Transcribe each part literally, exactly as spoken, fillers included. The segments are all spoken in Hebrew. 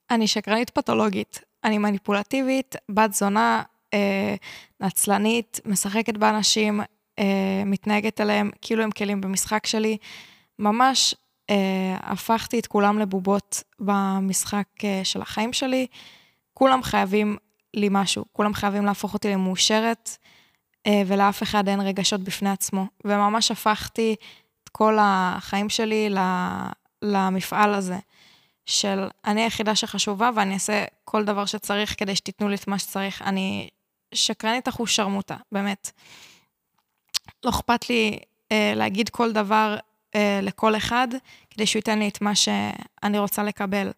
אני שקרנית פתולוגית, אני מניפולטיבית, בת זונה, אה, נצלנית, משחקת באנשים, אה, מתנהגת עליהם כאילו הם כלים במשחק שלי. ממש אה, הפכתי את כולם לבובות במשחק אה, של החיים שלי. כולם חייבים לי משהו, כולם חייבים להפוך אותי למאושרת, אה, ולאף אחד אין רגשות בפני עצמו. וממש הפכתי את כל החיים שלי למפעל הזה. של אני היחידה שחשובה, ואני אעשה כל דבר שצריך כדי שתיתנו לי את מה שצריך. אני שקרנית אחוז שרמוטה, באמת. לא אכפת לי אה, להגיד כל דבר אה, לכל אחד, כדי שהוא ייתן לי את מה שאני רוצה לקבל.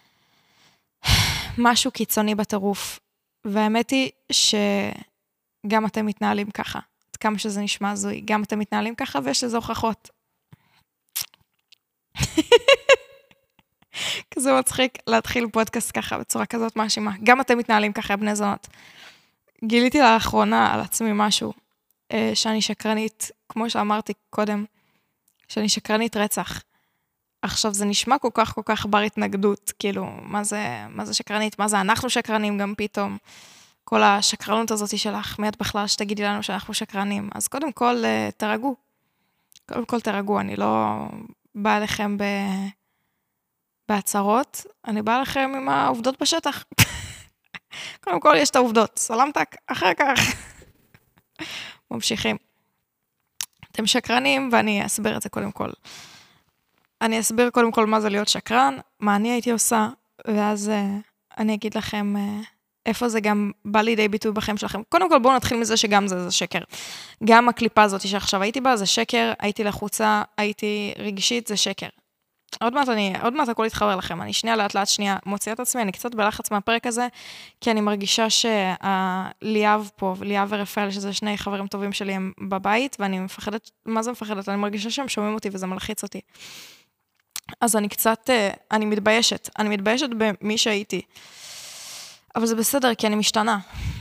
משהו קיצוני בטירוף. והאמת היא שגם אתם מתנהלים ככה. עד כמה שזה נשמע זוי, גם אתם מתנהלים ככה, ויש לזה הוכחות. כזה מצחיק להתחיל פודקאסט ככה, בצורה כזאת מאשימה. גם אתם מתנהלים ככה, בני זונות. גיליתי לאחרונה על עצמי משהו, שאני שקרנית, כמו שאמרתי קודם, שאני שקרנית רצח. עכשיו, זה נשמע כל כך כל כך בר התנגדות, כאילו, מה זה, מה זה שקרנית? מה זה אנחנו שקרנים גם פתאום? כל השקרנות הזאת שלך, מי את בכלל שתגידי לנו שאנחנו שקרנים? אז קודם כל, תרגעו. קודם כל תרגעו, אני לא באה לכם ב... בהצהרות, אני באה לכם עם העובדות בשטח. קודם כל יש את העובדות, סלמתק, אחר כך. ממשיכים. אתם שקרנים, ואני אסביר את זה קודם כל. אני אסביר קודם כל מה זה להיות שקרן, מה אני הייתי עושה, ואז uh, אני אגיד לכם uh, איפה זה גם בא לידי ביטוי בחיים שלכם. קודם כל בואו נתחיל מזה שגם זה, זה שקר. גם הקליפה הזאת שעכשיו הייתי בה, זה שקר, הייתי לחוצה, הייתי רגשית, זה שקר. עוד מעט אני, עוד מעט הכל יתחבר לכם, אני שנייה לאט לאט שנייה מוציאה את עצמי, אני קצת בלחץ מהפרק הזה, כי אני מרגישה שליאב פה, ליאב ורפאל, שזה שני חברים טובים שלי, הם בבית, ואני מפחדת, מה זה מפחדת? אני מרגישה שהם שומעים אותי וזה מלחיץ אותי. אז אני קצת, אני מתביישת, אני מתביישת במי שהייתי. אבל זה בסדר, כי אני משתנה.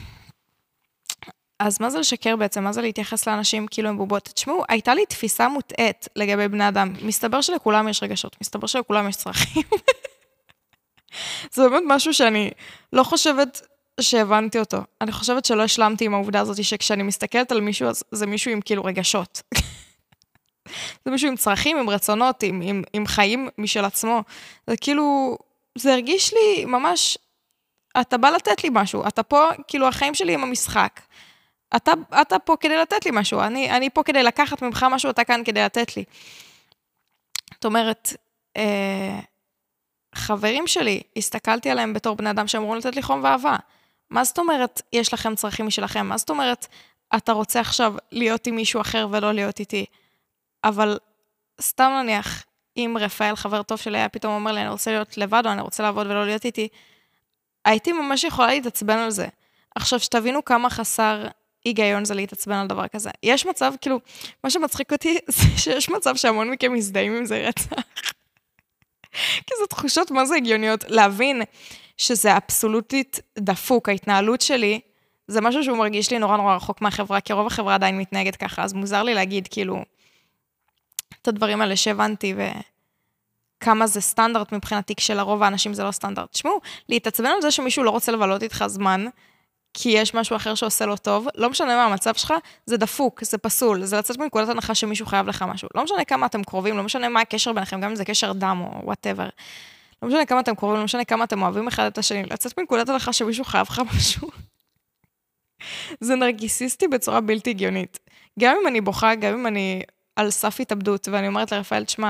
אז מה זה לשקר בעצם? מה זה להתייחס לאנשים כאילו הם בובות? תשמעו, הייתה לי תפיסה מוטעת לגבי בני אדם. מסתבר שלכולם יש רגשות, מסתבר שלכולם יש צרכים. זה באמת משהו שאני לא חושבת שהבנתי אותו. אני חושבת שלא השלמתי עם העובדה הזאת שכשאני מסתכלת על מישהו, אז זה מישהו עם כאילו רגשות. זה מישהו עם צרכים, עם רצונות, עם, עם, עם חיים משל עצמו. זה כאילו, זה הרגיש לי ממש, אתה בא לתת לי משהו, אתה פה, כאילו החיים שלי עם המשחק. אתה, אתה פה כדי לתת לי משהו, אני, אני פה כדי לקחת ממך משהו, אתה כאן כדי לתת לי. זאת אומרת, אה, חברים שלי, הסתכלתי עליהם בתור בני אדם שאמרו לתת לי חום ואהבה. מה זאת אומרת, יש לכם צרכים משלכם? מה זאת אומרת, אתה רוצה עכשיו להיות עם מישהו אחר ולא להיות איתי? אבל סתם נניח, אם רפאל, חבר טוב שלי, היה פתאום אומר לי, אני רוצה להיות לבד, או אני רוצה לעבוד ולא להיות איתי, הייתי ממש יכולה להתעצבן על זה. עכשיו, שתבינו כמה חסר היגיון זה להתעצבן על דבר כזה. יש מצב, כאילו, מה שמצחיק אותי, זה שיש מצב שהמון מכם מזדהים עם זה רצח. כי זה תחושות מה זה הגיוניות. להבין שזה אבסולוטית דפוק, ההתנהלות שלי, זה משהו שהוא מרגיש לי נורא נורא רחוק מהחברה, כי רוב החברה עדיין מתנהגת ככה, אז מוזר לי להגיד, כאילו, את הדברים האלה שהבנתי, וכמה זה סטנדרט מבחינתי, כשלרוב האנשים זה לא סטנדרט. תשמעו, להתעצבן על זה שמישהו לא רוצה לבלות איתך זמן, כי יש משהו אחר שעושה לו טוב, לא משנה מה המצב שלך, זה דפוק, זה פסול, זה לצאת מנקודת הנחה שמישהו חייב לך משהו. לא משנה כמה אתם קרובים, לא משנה מה הקשר ביניכם, גם אם זה קשר דם או whatever. לא משנה כמה אתם קרובים, לא משנה כמה אתם אוהבים אחד את השני, לצאת מנקודת הנחה שמישהו חייב לך משהו. זה נרגיסיסטי בצורה בלתי הגיונית. גם אם אני בוכה, גם אם אני על סף התאבדות, ואני אומרת לרפאל, תשמע,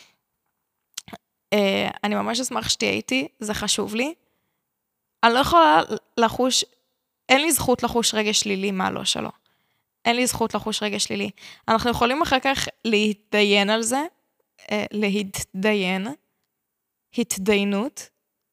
אה, אני ממש אשמח שתהיה איתי, זה חשוב לי. אני לא יכולה לחוש, אין לי זכות לחוש רגש שלילי, מה לא שלא. אין לי זכות לחוש רגש שלילי. אנחנו יכולים אחר כך להתדיין על זה, אה, להתדיין, התדיינות,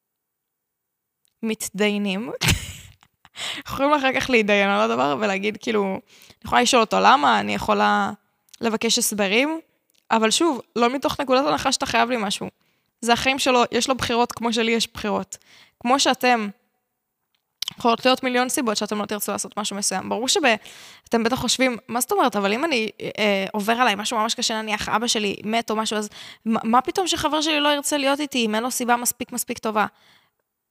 מתדיינים. יכולים אחר כך להתדיין על הדבר ולהגיד כאילו, אני יכולה לשאול אותו למה, אני יכולה לבקש הסברים, אבל שוב, לא מתוך נקודת הנחה שאתה חייב לי משהו. זה החיים שלו, יש לו בחירות כמו שלי יש בחירות. כמו שאתם יכולות להיות מיליון סיבות שאתם לא תרצו לעשות משהו מסוים. ברור שאתם בטח חושבים, מה זאת אומרת, אבל אם אני אה, עובר עליי משהו ממש קשה, נניח אבא שלי מת או משהו, אז מה, מה פתאום שחבר שלי לא ירצה להיות איתי, אם אין לו סיבה מספיק מספיק טובה?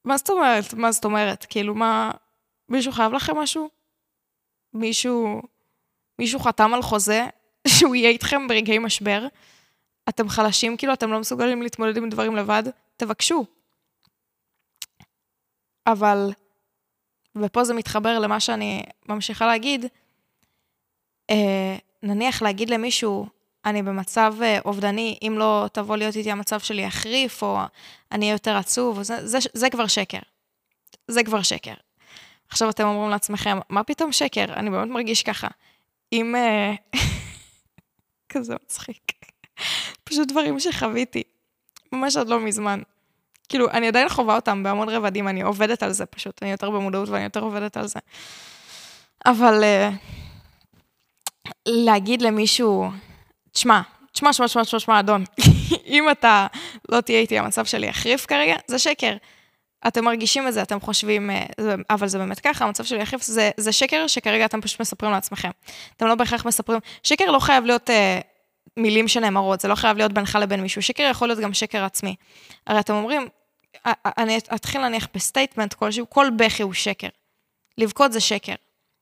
מה זאת אומרת? מה זאת אומרת? כאילו, מה... מישהו חייב לכם משהו? מישהו... מישהו חתם על חוזה שהוא יהיה איתכם ברגעי משבר? אתם חלשים, כאילו, אתם לא מסוגלים להתמודד עם דברים לבד? תבקשו. אבל, ופה זה מתחבר למה שאני ממשיכה להגיד, אה, נניח להגיד למישהו, אני במצב אובדני, אם לא תבוא להיות איתי המצב שלי יחריף, או אני אהיה יותר עצוב, זה, זה, זה כבר שקר. זה כבר שקר. עכשיו אתם אומרים לעצמכם, מה פתאום שקר? אני באמת מרגיש ככה. אם... כזה מצחיק. פשוט דברים שחוויתי. ממש עוד לא מזמן. כאילו, אני עדיין חווה אותם בהמון רבדים, אני עובדת על זה פשוט. אני יותר במודעות ואני יותר עובדת על זה. אבל... להגיד למישהו, תשמע, תשמע, תשמע, תשמע, תשמע, תשמע, אדון. אם אתה לא תהיה איתי, המצב שלי יחריף כרגע, זה שקר. אתם מרגישים את זה, אתם חושבים, אבל זה באמת ככה, המצב שלי יחריף, זה, זה שקר שכרגע אתם פשוט מספרים לעצמכם. אתם לא בהכרח מספרים, שקר לא חייב להיות אה, מילים שנאמרות, זה לא חייב להיות בינך לבין מישהו, שקר יכול להיות גם שקר עצמי. הרי אתם אומרים, אני אתחיל להניח בסטייטמנט כלשהו, כל בכי הוא שקר. לבכות זה שקר.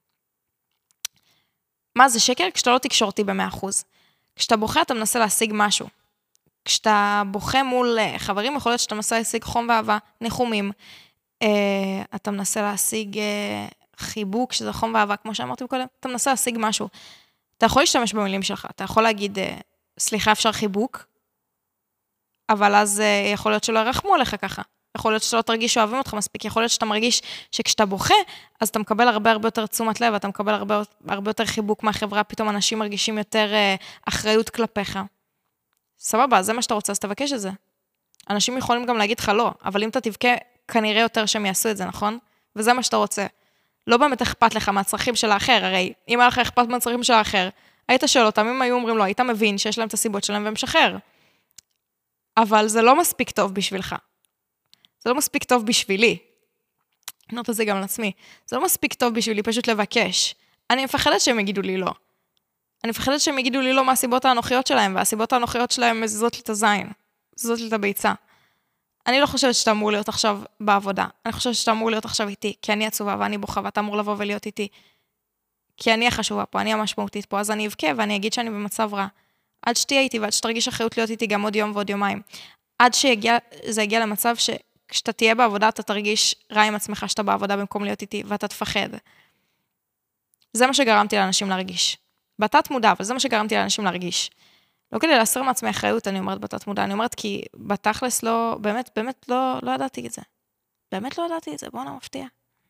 מה זה שקר? כשאתה לא תקשורתי ב-מאה אחוז. כשאתה בוכה, אתה מנסה להשיג משהו. כשאתה בוכה מול חברים, יכול להיות שאתה מנסה להשיג חום ואהבה, ניחומים. אתה מנסה להשיג חיבוק, שזה חום ואהבה, כמו שאמרתי קודם, אתה מנסה להשיג משהו. אתה יכול להשתמש במילים שלך, אתה יכול להגיד, סליחה, אפשר חיבוק, אבל אז יכול להיות שלא ירחמו עליך ככה. יכול להיות שאתה לא תרגיש שאוהבים אותך מספיק, יכול להיות שאתה מרגיש שכשאתה בוכה, אז אתה מקבל הרבה הרבה יותר תשומת לב, אתה מקבל הרבה, הרבה יותר חיבוק מהחברה, פתאום אנשים מרגישים יותר uh, אחריות כלפיך. סבבה, זה מה שאתה רוצה, אז תבקש את זה. אנשים יכולים גם להגיד לך לא, אבל אם אתה תבכה, כנראה יותר שהם יעשו את זה, נכון? וזה מה שאתה רוצה. לא באמת אכפת לך מהצרכים של האחר, הרי אם היה לך אכפת מהצרכים של האחר, היית שואל אותם, אם היו אומרים לו, היית מבין שיש להם את הסיבות שלהם ומשחרר. אבל זה לא מספיק טוב בשבילך. זה לא מספיק טוב בשבילי. אני אומרת את זה גם לעצמי. זה לא מספיק טוב בשבילי פשוט לבקש. אני מפחדת שהם יגידו לי לא. אני מפחדת שהם יגידו לי לא מהסיבות האנוכיות שלהם, והסיבות האנוכיות שלהם מזיזות לי את הזין, מזיזות לי את הביצה. אני לא חושבת שאתה אמור להיות עכשיו בעבודה. אני חושבת שאתה אמור להיות עכשיו איתי, כי אני עצובה ואני בוכה, ואתה אמור לבוא ולהיות איתי. כי אני החשובה פה, אני המשמעותית פה, אז אני אבכה ואני אגיד שאני במצב רע. עד שתהיה איתי ועד שתרגיש אחריות להיות איתי גם עוד יום ועוד יומיים. עד שזה יגיע למצב שכשאתה תהיה בעבודה, אתה תרגיש רע עם עצמך שאתה בעבודה במקום להיות איתי, ואתה תפחד. זה מה שגרמתי לאנשים להרגיש. בתת מודע, אבל זה מה שגרמתי לאנשים להרגיש. לא כדי להסיר מעצמי אחריות, אני אומרת בתת מודע, אני אומרת כי בתכלס לא, באמת, באמת לא, לא ידעתי את זה. באמת לא ידעתי את זה, בואו נמפתיע.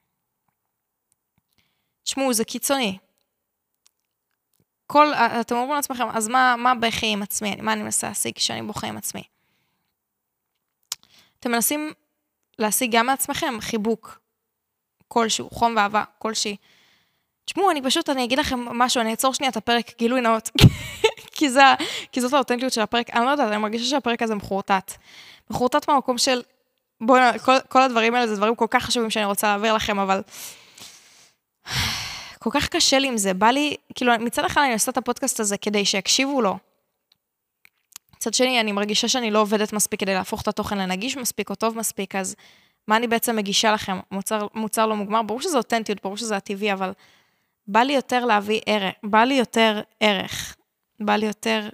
תשמעו, זה קיצוני. כל, אתם אומרים לעצמכם, אז מה, מה בכי עם עצמי? מה אני מנסה להשיג כשאני בוכה עם עצמי? אתם מנסים להשיג גם מעצמכם חיבוק כלשהו, חום ואהבה כלשהי. תשמעו, אני פשוט, אני אגיד לכם משהו, אני אעצור שנייה את הפרק גילוי נאות, כי, זה, כי זאת האותנטיות של הפרק, אני לא יודעת, אני מרגישה שהפרק הזה מחורטט. מחורטט מהמקום של, בואו, כל, כל הדברים האלה זה דברים כל כך חשובים שאני רוצה להעביר לכם, אבל כל כך קשה לי עם זה, בא לי, כאילו, מצד אחד אני עושה את הפודקאסט הזה כדי שיקשיבו לו. מצד שני, אני מרגישה שאני לא עובדת מספיק כדי להפוך את התוכן לנגיש מספיק או טוב מספיק, אז מה אני בעצם מגישה לכם? מוצר, מוצר לא מוגמר, ברור שזה אותנטיות, ברור שזה הטבעי, אבל בא לי יותר להביא ערך, בא לי יותר ערך, בא לי יותר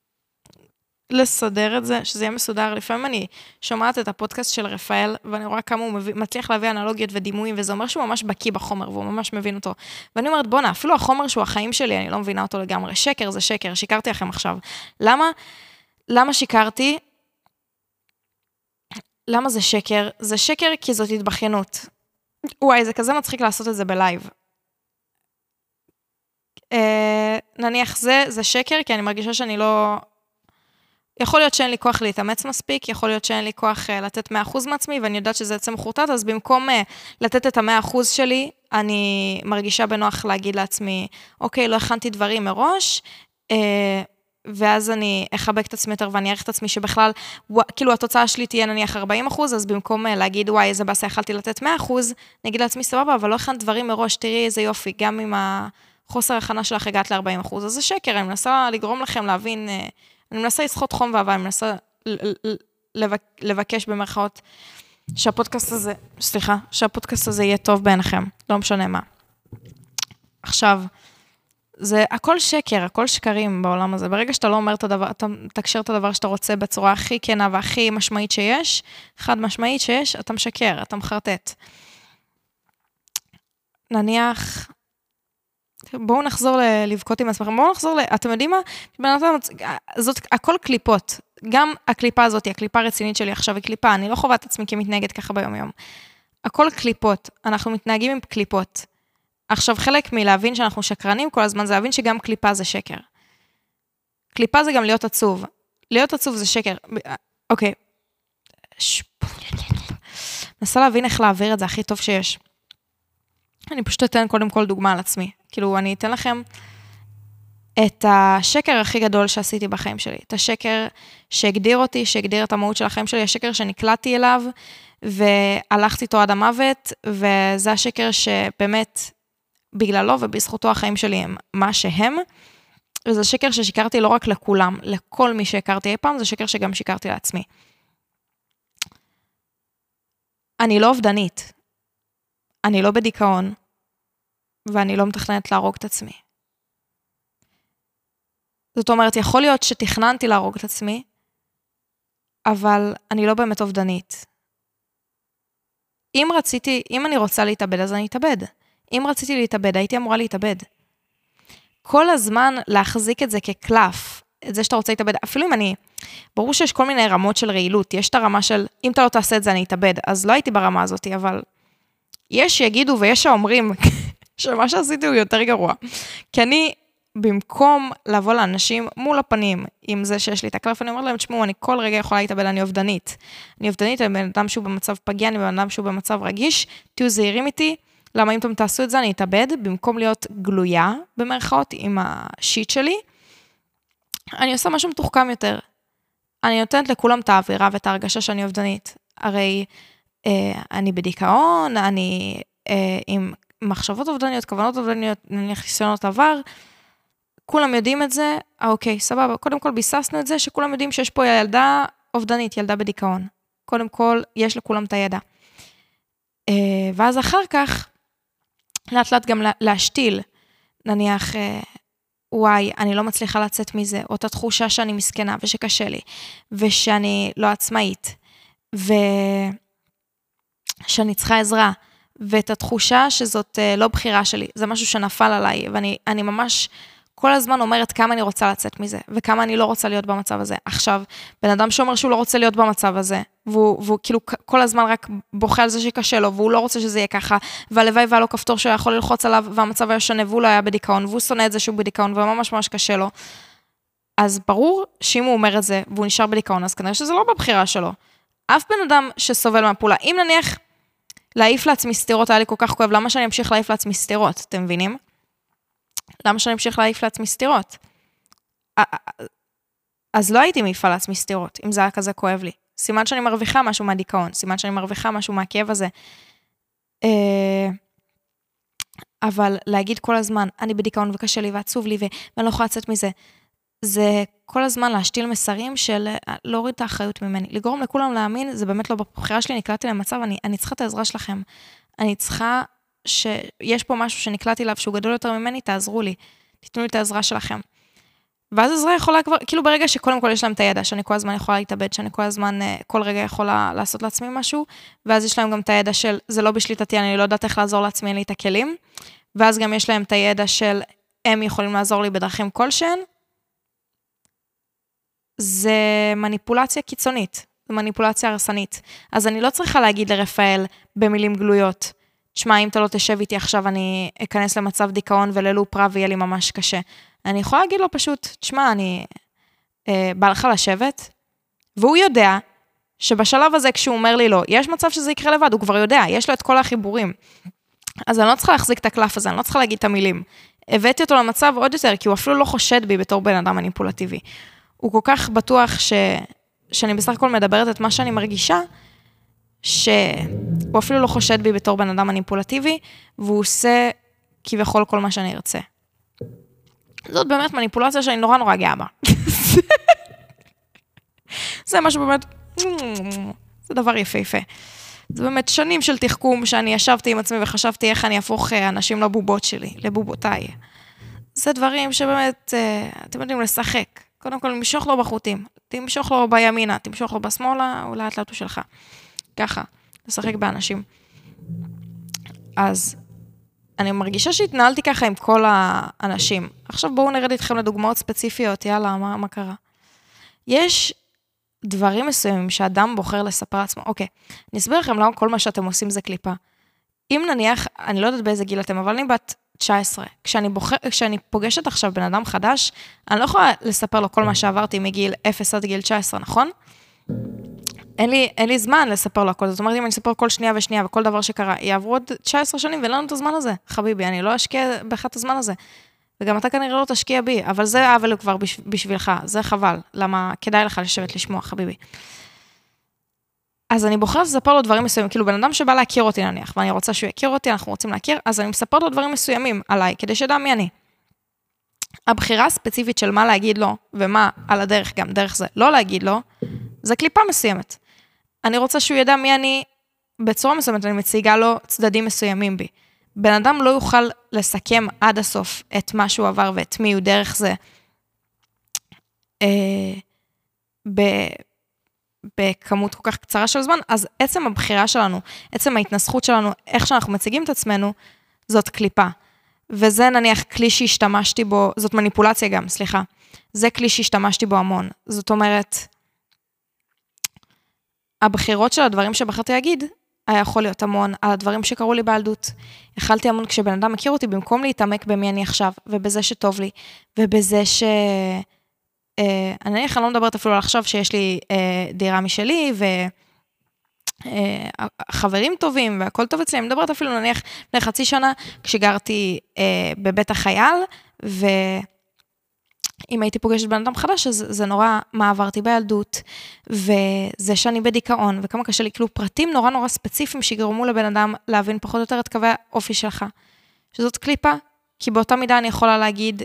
לסדר את זה, שזה יהיה מסודר. לפעמים אני שומעת את הפודקאסט של רפאל, ואני רואה כמה הוא מביא, מצליח להביא אנלוגיות ודימויים, וזה אומר שהוא ממש בקיא בחומר, והוא ממש מבין אותו. ואני אומרת, בונה, אפילו החומר שהוא החיים שלי, אני לא מבינה אותו לגמרי. שקר זה שקר, שיקרתי לכם עכשיו. למה? למה שיקרתי? למה זה שקר? זה שקר כי זאת התבחיינות. וואי, זה כזה מצחיק לעשות את זה בלייב. אה, נניח זה, זה שקר, כי אני מרגישה שאני לא... יכול להיות שאין לי כוח להתאמץ מספיק, יכול להיות שאין לי כוח uh, לתת מאה אחוז מעצמי, ואני יודעת שזה יצא מחורטט, אז במקום uh, לתת את ה-מאה אחוז שלי, אני מרגישה בנוח להגיד לעצמי, אוקיי, לא הכנתי דברים מראש, uh, ואז אני אחבק את עצמי יותר, ואני אערך את עצמי שבכלל, ווא, כאילו התוצאה שלי תהיה נניח ארבעים אחוז, אז במקום uh, להגיד, וואי, איזה בסה, יכלתי לתת מאה אחוז, אני אגיד לעצמי, סבבה, אבל לא הכנת דברים מראש, תראי איזה יופי, גם עם החוסר הכנה שלך הגעת ל-ארבעים אחוז, אז זה שקר, אני מנסה לגרום לכם להבין, אני מנסה לסחוט חום ואהבה, אני מנסה לבקש במרכאות שהפודקאסט הזה, סליחה, שהפודקאסט הזה יהיה טוב בעיניכם, לא משנה מה. עכשיו, זה הכל שקר, הכל שקרים בעולם הזה. ברגע שאתה לא אומר את הדבר, אתה תקשר את הדבר שאתה רוצה בצורה הכי כנה והכי משמעית שיש, חד משמעית שיש, אתה משקר, אתה מחרטט. נניח, בואו נחזור ל- לבכות עם עצמכם, בואו נחזור ל... אתם יודעים מה? זאת הכל קליפות. גם הקליפה הזאת, הקליפה הרצינית שלי עכשיו היא קליפה, אני לא חווה את עצמי כמתנהגת ככה ביום יום. הכל קליפות, אנחנו מתנהגים עם קליפות. עכשיו, חלק מלהבין שאנחנו שקרנים כל הזמן, זה להבין שגם קליפה זה שקר. קליפה זה גם להיות עצוב. להיות עצוב זה שקר. אוקיי. נסה להבין איך להעביר את זה הכי טוב שיש. אני פשוט אתן קודם כל דוגמה על עצמי. כאילו, אני אתן לכם את השקר הכי גדול שעשיתי בחיים שלי. את השקר שהגדיר אותי, שהגדיר את המהות של החיים שלי, השקר שנקלעתי אליו, והלכתי איתו עד המוות, וזה השקר שבאמת בגללו ובזכותו החיים שלי הם מה שהם, וזה שקר ששיקרתי לא רק לכולם, לכל מי שהכרתי אי פעם, זה שקר שגם שיקרתי לעצמי. אני לא אובדנית, אני לא בדיכאון, ואני לא מתכננת להרוג את עצמי. זאת אומרת, יכול להיות שתכננתי להרוג את עצמי, אבל אני לא באמת אובדנית. אם רציתי, אם אני רוצה להתאבד, אז אני אתאבד. אם רציתי להתאבד, הייתי אמורה להתאבד. כל הזמן להחזיק את זה כקלף, את זה שאתה רוצה להתאבד, אפילו אם אני, ברור שיש כל מיני רמות של רעילות, יש את הרמה של, אם אתה לא תעשה את זה, אני אתאבד, אז לא הייתי ברמה הזאת, אבל יש שיגידו ויש שאומרים, שמה שעשיתי הוא יותר גרוע. כי אני, במקום לבוא לאנשים מול הפנים, עם זה שיש לי את הקלף, אני אומר להם, תשמעו, אני כל רגע יכולה להתאבד, אני אובדנית. אני אובדנית, אני בן אדם שהוא במצב פגיע, אני בן אדם שהוא במצב רגיש, תהיו זהירים איתי, למה אם אתם תעשו את זה, אני אתאבד, במקום להיות גלויה, במרכאות, עם השיט שלי, אני עושה משהו מתוחכם יותר. אני נותנת לכולם את האווירה ואת ההרגשה שאני אובדנית. הרי אה, אני בדיכאון, אני אה, עם מחשבות אובדניות, כוונות אובדניות, נניח חיסיונות עבר, כולם יודעים את זה, אה, אוקיי, סבבה, קודם כל ביססנו את זה, שכולם יודעים שיש פה ילדה אובדנית, ילדה בדיכאון. קודם כל, יש לכולם את הידע. אה, ואז אחר כך, לאט לאט גם להשתיל, נניח, אה, וואי, אני לא מצליחה לצאת מזה, או את התחושה שאני מסכנה ושקשה לי, ושאני לא עצמאית, ושאני צריכה עזרה, ואת התחושה שזאת לא בחירה שלי, זה משהו שנפל עליי, ואני אני ממש כל הזמן אומרת כמה אני רוצה לצאת מזה, וכמה אני לא רוצה להיות במצב הזה. עכשיו, בן אדם שאומר שהוא לא רוצה להיות במצב הזה, והוא, והוא כאילו כל הזמן רק בוכה על זה שקשה לו, והוא לא רוצה שזה יהיה ככה, והלוואי והיה לו כפתור שהוא יכול ללחוץ עליו, והמצב היה שונה, והוא לא היה בדיכאון, והוא שונא את זה שהוא בדיכאון, וממש ממש קשה לו. אז ברור שאם הוא אומר את זה, והוא נשאר בדיכאון, אז כנראה שזה לא בבחירה שלו. אף בן אדם שסובל מהפעולה, אם נניח להעיף לעצמי סתירות, היה לי כל כך כואב, למה שאני אמשיך להעיף לעצמי סתירות, אתם מבינים? למה שאני אמשיך להעיף לעצמי סתירות? אז לא הייתי מעיפה לעצמי סתירות, אם זה היה כזה כואב לי. סימן שאני מרוויחה משהו מהדיכאון, סימן שאני מרוויחה משהו מהכאב הזה. אבל להגיד כל הזמן, אני בדיכאון וקשה לי ועצוב לי, ואני לא יכולה לצאת מזה, זה כל הזמן להשתיל מסרים של להוריד את האחריות ממני. לגרום לכולם להאמין, זה באמת לא בבחירה שלי, נקלעתי למצב, אני, אני צריכה את העזרה שלכם. אני צריכה שיש פה משהו שנקלעתי אליו, שהוא גדול יותר ממני, תעזרו לי. תיתנו לי את העזרה שלכם. ואז עזרה יכולה כבר, כאילו ברגע שקודם כל יש להם את הידע, שאני כל הזמן יכולה להתאבד, שאני כל הזמן, כל רגע יכולה לעשות לעצמי משהו, ואז יש להם גם את הידע של, זה לא בשליטתי, אני לא יודעת איך לעזור לעצמי, אין לי את הכלים, ואז גם יש להם את הידע של, הם יכולים לעזור לי בדרכים כלשהן, זה מניפולציה קיצונית, זה מניפולציה הרסנית. אז אני לא צריכה להגיד לרפאל במילים גלויות, תשמע, אם אתה לא תשב איתי עכשיו, אני אכנס למצב דיכאון וללופ רע ויהיה לי ממש קשה. אני יכולה להגיד לו פשוט, תשמע, אני אה, בא לך לשבת, והוא יודע שבשלב הזה כשהוא אומר לי לא, יש מצב שזה יקרה לבד, הוא כבר יודע, יש לו את כל החיבורים. אז אני לא צריכה להחזיק את הקלף הזה, אני לא צריכה להגיד את המילים. הבאתי אותו למצב עוד יותר, כי הוא אפילו לא חושד בי בתור בן אדם מניפולטיבי. הוא כל כך בטוח ש... שאני בסך הכל מדברת את מה שאני מרגישה, שהוא אפילו לא חושד בי בתור בן אדם מניפולטיבי, והוא עושה כביכול כל מה שאני ארצה. זאת באמת מניפולציה שאני נורא נורא גאה בה. זה משהו באמת, זה דבר יפה יפה. זה באמת שנים של תחכום שאני ישבתי עם עצמי וחשבתי איך אני אהפוך אנשים לבובות שלי, לבובותיי. זה דברים שבאמת, אתם יודעים, לשחק. קודם כל, תמשוך לו בחוטים, תמשוך לו בימינה, תמשוך לו בשמאלה, או לאט לאט הוא שלך. ככה, לשחק באנשים. אז אני מרגישה שהתנהלתי ככה עם כל האנשים. עכשיו בואו נרד איתכם לדוגמאות ספציפיות, יאללה, מה, מה קרה? יש דברים מסוימים שאדם בוחר לספר לעצמו. אוקיי, אני אסביר לכם למה כל מה שאתם עושים זה קליפה. אם נניח, אני לא יודעת באיזה גיל אתם, אבל אני בת תשע עשרה. כשאני, בוחר, כשאני פוגשת עכשיו בן אדם חדש, אני לא יכולה לספר לו כל מה שעברתי מגיל אפס עד גיל תשע עשרה, נכון? אין לי, אין לי זמן לספר לו הכל. זאת אומרת, אם אני אספר כל שנייה ושנייה וכל דבר שקרה, יעברו עוד תשע עשרה שנים ואין לנו את הזמן הזה. חביבי, אני לא אשקיע בך את הזמן הזה. וגם אתה כנראה לא תשקיע בי, אבל זה עוול כבר בשבילך, זה חבל. למה כדאי לך לשבת לשמוע, חביבי. אז אני בוחרת לספר לו דברים מסוימים, כאילו בן אדם שבא להכיר אותי נניח, ואני רוצה שהוא יכיר אותי, אנחנו רוצים להכיר, אז אני מספר לו דברים מסוימים עליי, כדי שידע מי אני. הבחירה הספציפית של מה להגיד לו, ומה על הדרך גם, דרך זה, לא להגיד לו, זה קליפה מסוימת. אני רוצה שהוא ידע מי אני, בצורה מסוימת, אני מציגה לו צדדים מסוימים בי. בן אדם לא יוכל לסכם עד הסוף את מה שהוא עבר ואת מי הוא דרך זה. אה, ב... בכמות כל כך קצרה של זמן, אז עצם הבחירה שלנו, עצם ההתנסחות שלנו, איך שאנחנו מציגים את עצמנו, זאת קליפה. וזה נניח כלי שהשתמשתי בו, זאת מניפולציה גם, סליחה. זה כלי שהשתמשתי בו המון. זאת אומרת, הבחירות של הדברים שבחרתי להגיד, היה יכול להיות המון על הדברים שקראו לי בילדות. יכלתי המון כשבן אדם מכיר אותי, במקום להתעמק במי אני עכשיו, ובזה שטוב לי, ובזה ש... אני נניח, אני לא מדברת אפילו על עכשיו שיש לי דירה משלי, וחברים טובים, והכל טוב אצלי, אני מדברת אפילו נניח לחצי שנה, כשגרתי בבית החייל, ואם הייתי פוגשת בן אדם חדש, אז זה נורא מה עברתי בילדות, וזה שאני בדיכאון, וכמה קשה לי, כאילו פרטים נורא נורא ספציפיים, שיגרמו לבן אדם להבין פחות או יותר את קווי האופי שלך. שזאת קליפה, כי באותה מידה אני יכולה להגיד,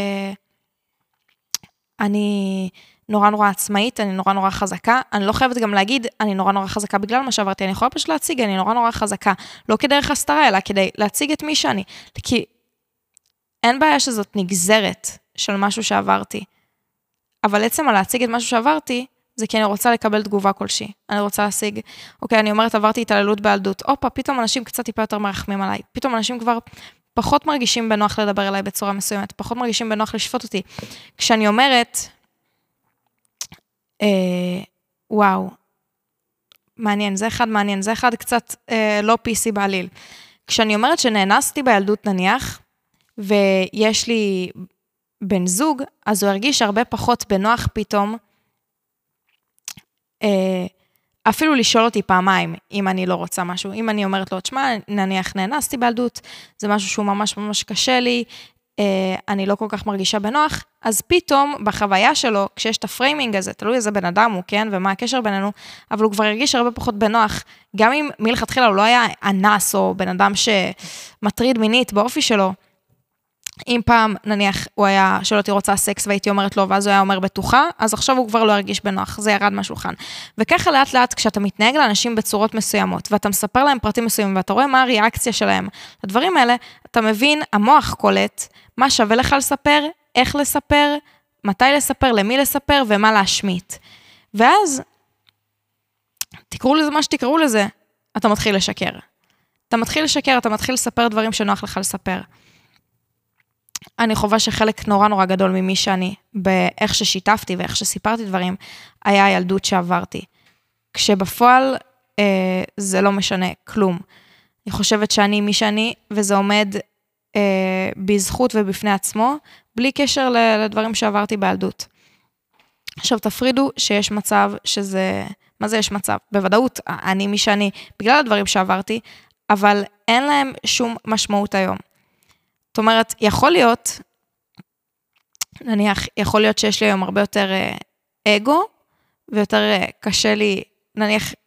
אני נורא נורא עצמאית, אני נורא נורא חזקה, אני לא חייבת גם להגיד, אני נורא נורא חזקה בגלל מה שעברתי, אני יכולה פשוט להציג, אני נורא נורא חזקה, לא כדרך הסתרה, אלא כדי להציג את מי שאני, כי אין בעיה שזאת נגזרת של משהו שעברתי, אבל עצם על להציג את משהו שעברתי, זה כי אני רוצה לקבל תגובה כלשהי, אני רוצה להשיג, אוקיי, אני אומרת, עברתי התעללות בילדות, אופה, פתאום אנשים קצת טיפה יותר מרחמים עליי, פתאום אנשים כבר פחות מרגישים בנוח לדבר אליי בצורה מסוימת, פחות מרגישים בנוח לשפוט אותי. כשאני אומרת, אה, וואו, מעניין, זה אחד מעניין, זה אחד קצת אה, לא פיסי בעליל. כשאני אומרת שנאנסתי בילדות נניח, ויש לי בן זוג, אז הוא הרגיש הרבה פחות בנוח פתאום, אה, אפילו לשאול אותי פעמיים, אם אני לא רוצה משהו. אם אני אומרת לו, תשמע, נניח נאנסתי בילדות, זה משהו שהוא ממש ממש קשה לי, אני לא כל כך מרגישה בנוח, אז פתאום בחוויה שלו, כשיש את הפריימינג הזה, תלוי איזה בן אדם הוא, כן, ומה הקשר בינינו, אבל הוא כבר הרגיש הרבה פחות בנוח, גם אם מלכתחילה הוא לא היה אנס, או בן אדם שמטריד מינית באופי שלו, אם פעם, נניח, הוא היה שואל אותי רוצה סקס, והייתי אומרת לו, ואז הוא היה אומר בטוחה, אז עכשיו הוא כבר לא הרגיש בנוח, זה ירד מהשולחן. וככה לאט לאט, כשאתה מתנהג לאנשים בצורות מסוימות, ואתה מספר להם פרטים מסוימים, ואתה רואה מה הריאקציה שלהם, לדברים האלה, אתה מבין, המוח קולט, מה שווה לך לספר, איך לספר, מתי לספר, למי לספר, ומה להשמיט. ואז, תקראו לזה מה שתקראו לזה, אתה מתחיל לשקר. אתה מתחיל לשקר, אתה מתחיל לספר דברים שנוח לך לספר. אני חובה שחלק נורא נורא גדול ממי שאני, באיך ששיתפתי ואיך שסיפרתי דברים, היה הילדות שעברתי. כשבפועל אה, זה לא משנה כלום. אני חושבת שאני מי שאני, וזה עומד אה, בזכות ובפני עצמו, בלי קשר לדברים שעברתי בילדות. עכשיו תפרידו שיש מצב שזה, מה זה יש מצב? בוודאות, אני מי שאני, בגלל הדברים שעברתי, אבל אין להם שום משמעות היום. זאת אומרת, יכול להיות, נניח, יכול להיות שיש לי היום הרבה יותר אגו, ויותר קשה לי, נניח,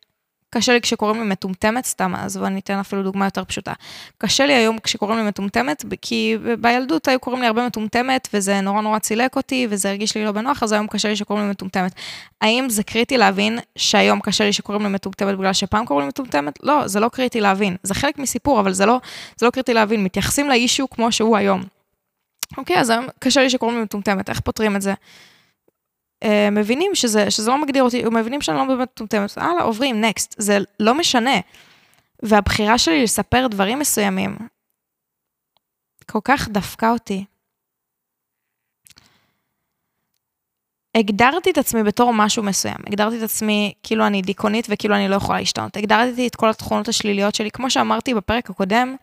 קשה לי כשקוראים לי מטומטמת, סתם, אז אני אתן אפילו דוגמה יותר פשוטה. קשה לי היום כשקוראים לי מטומטמת, כי בילדות היו קוראים לי הרבה מטומטמת, וזה נורא נורא צילק אותי, וזה הרגיש לי לא בנוח, אז היום קשה לי שקוראים לי מטומטמת. האם זה קריטי להבין שהיום קשה לי שקוראים לי מטומטמת, בגלל שפעם קוראים לי מטומטמת? לא, זה לא קריטי להבין. זה חלק מסיפור, אבל זה לא, זה לא קריטי להבין. מתייחסים לאישו כמו שהוא היום. אוקיי, אז היום קשה לי שקוראים לי מטומטמת. איך פותרים את זה? מבינים שזה, שזה לא מגדיר אותי, מבינים שאני לא באמת מטומטמת, הלאה, עוברים, נקסט, זה לא משנה. והבחירה שלי לספר דברים מסוימים, כל כך דפקה אותי. הגדרתי את עצמי בתור משהו מסוים, הגדרתי את עצמי כאילו אני דיכאונית וכאילו אני לא יכולה להשתנות, הגדרתי את כל התכונות השליליות שלי, כמו שאמרתי בפרק הקודם,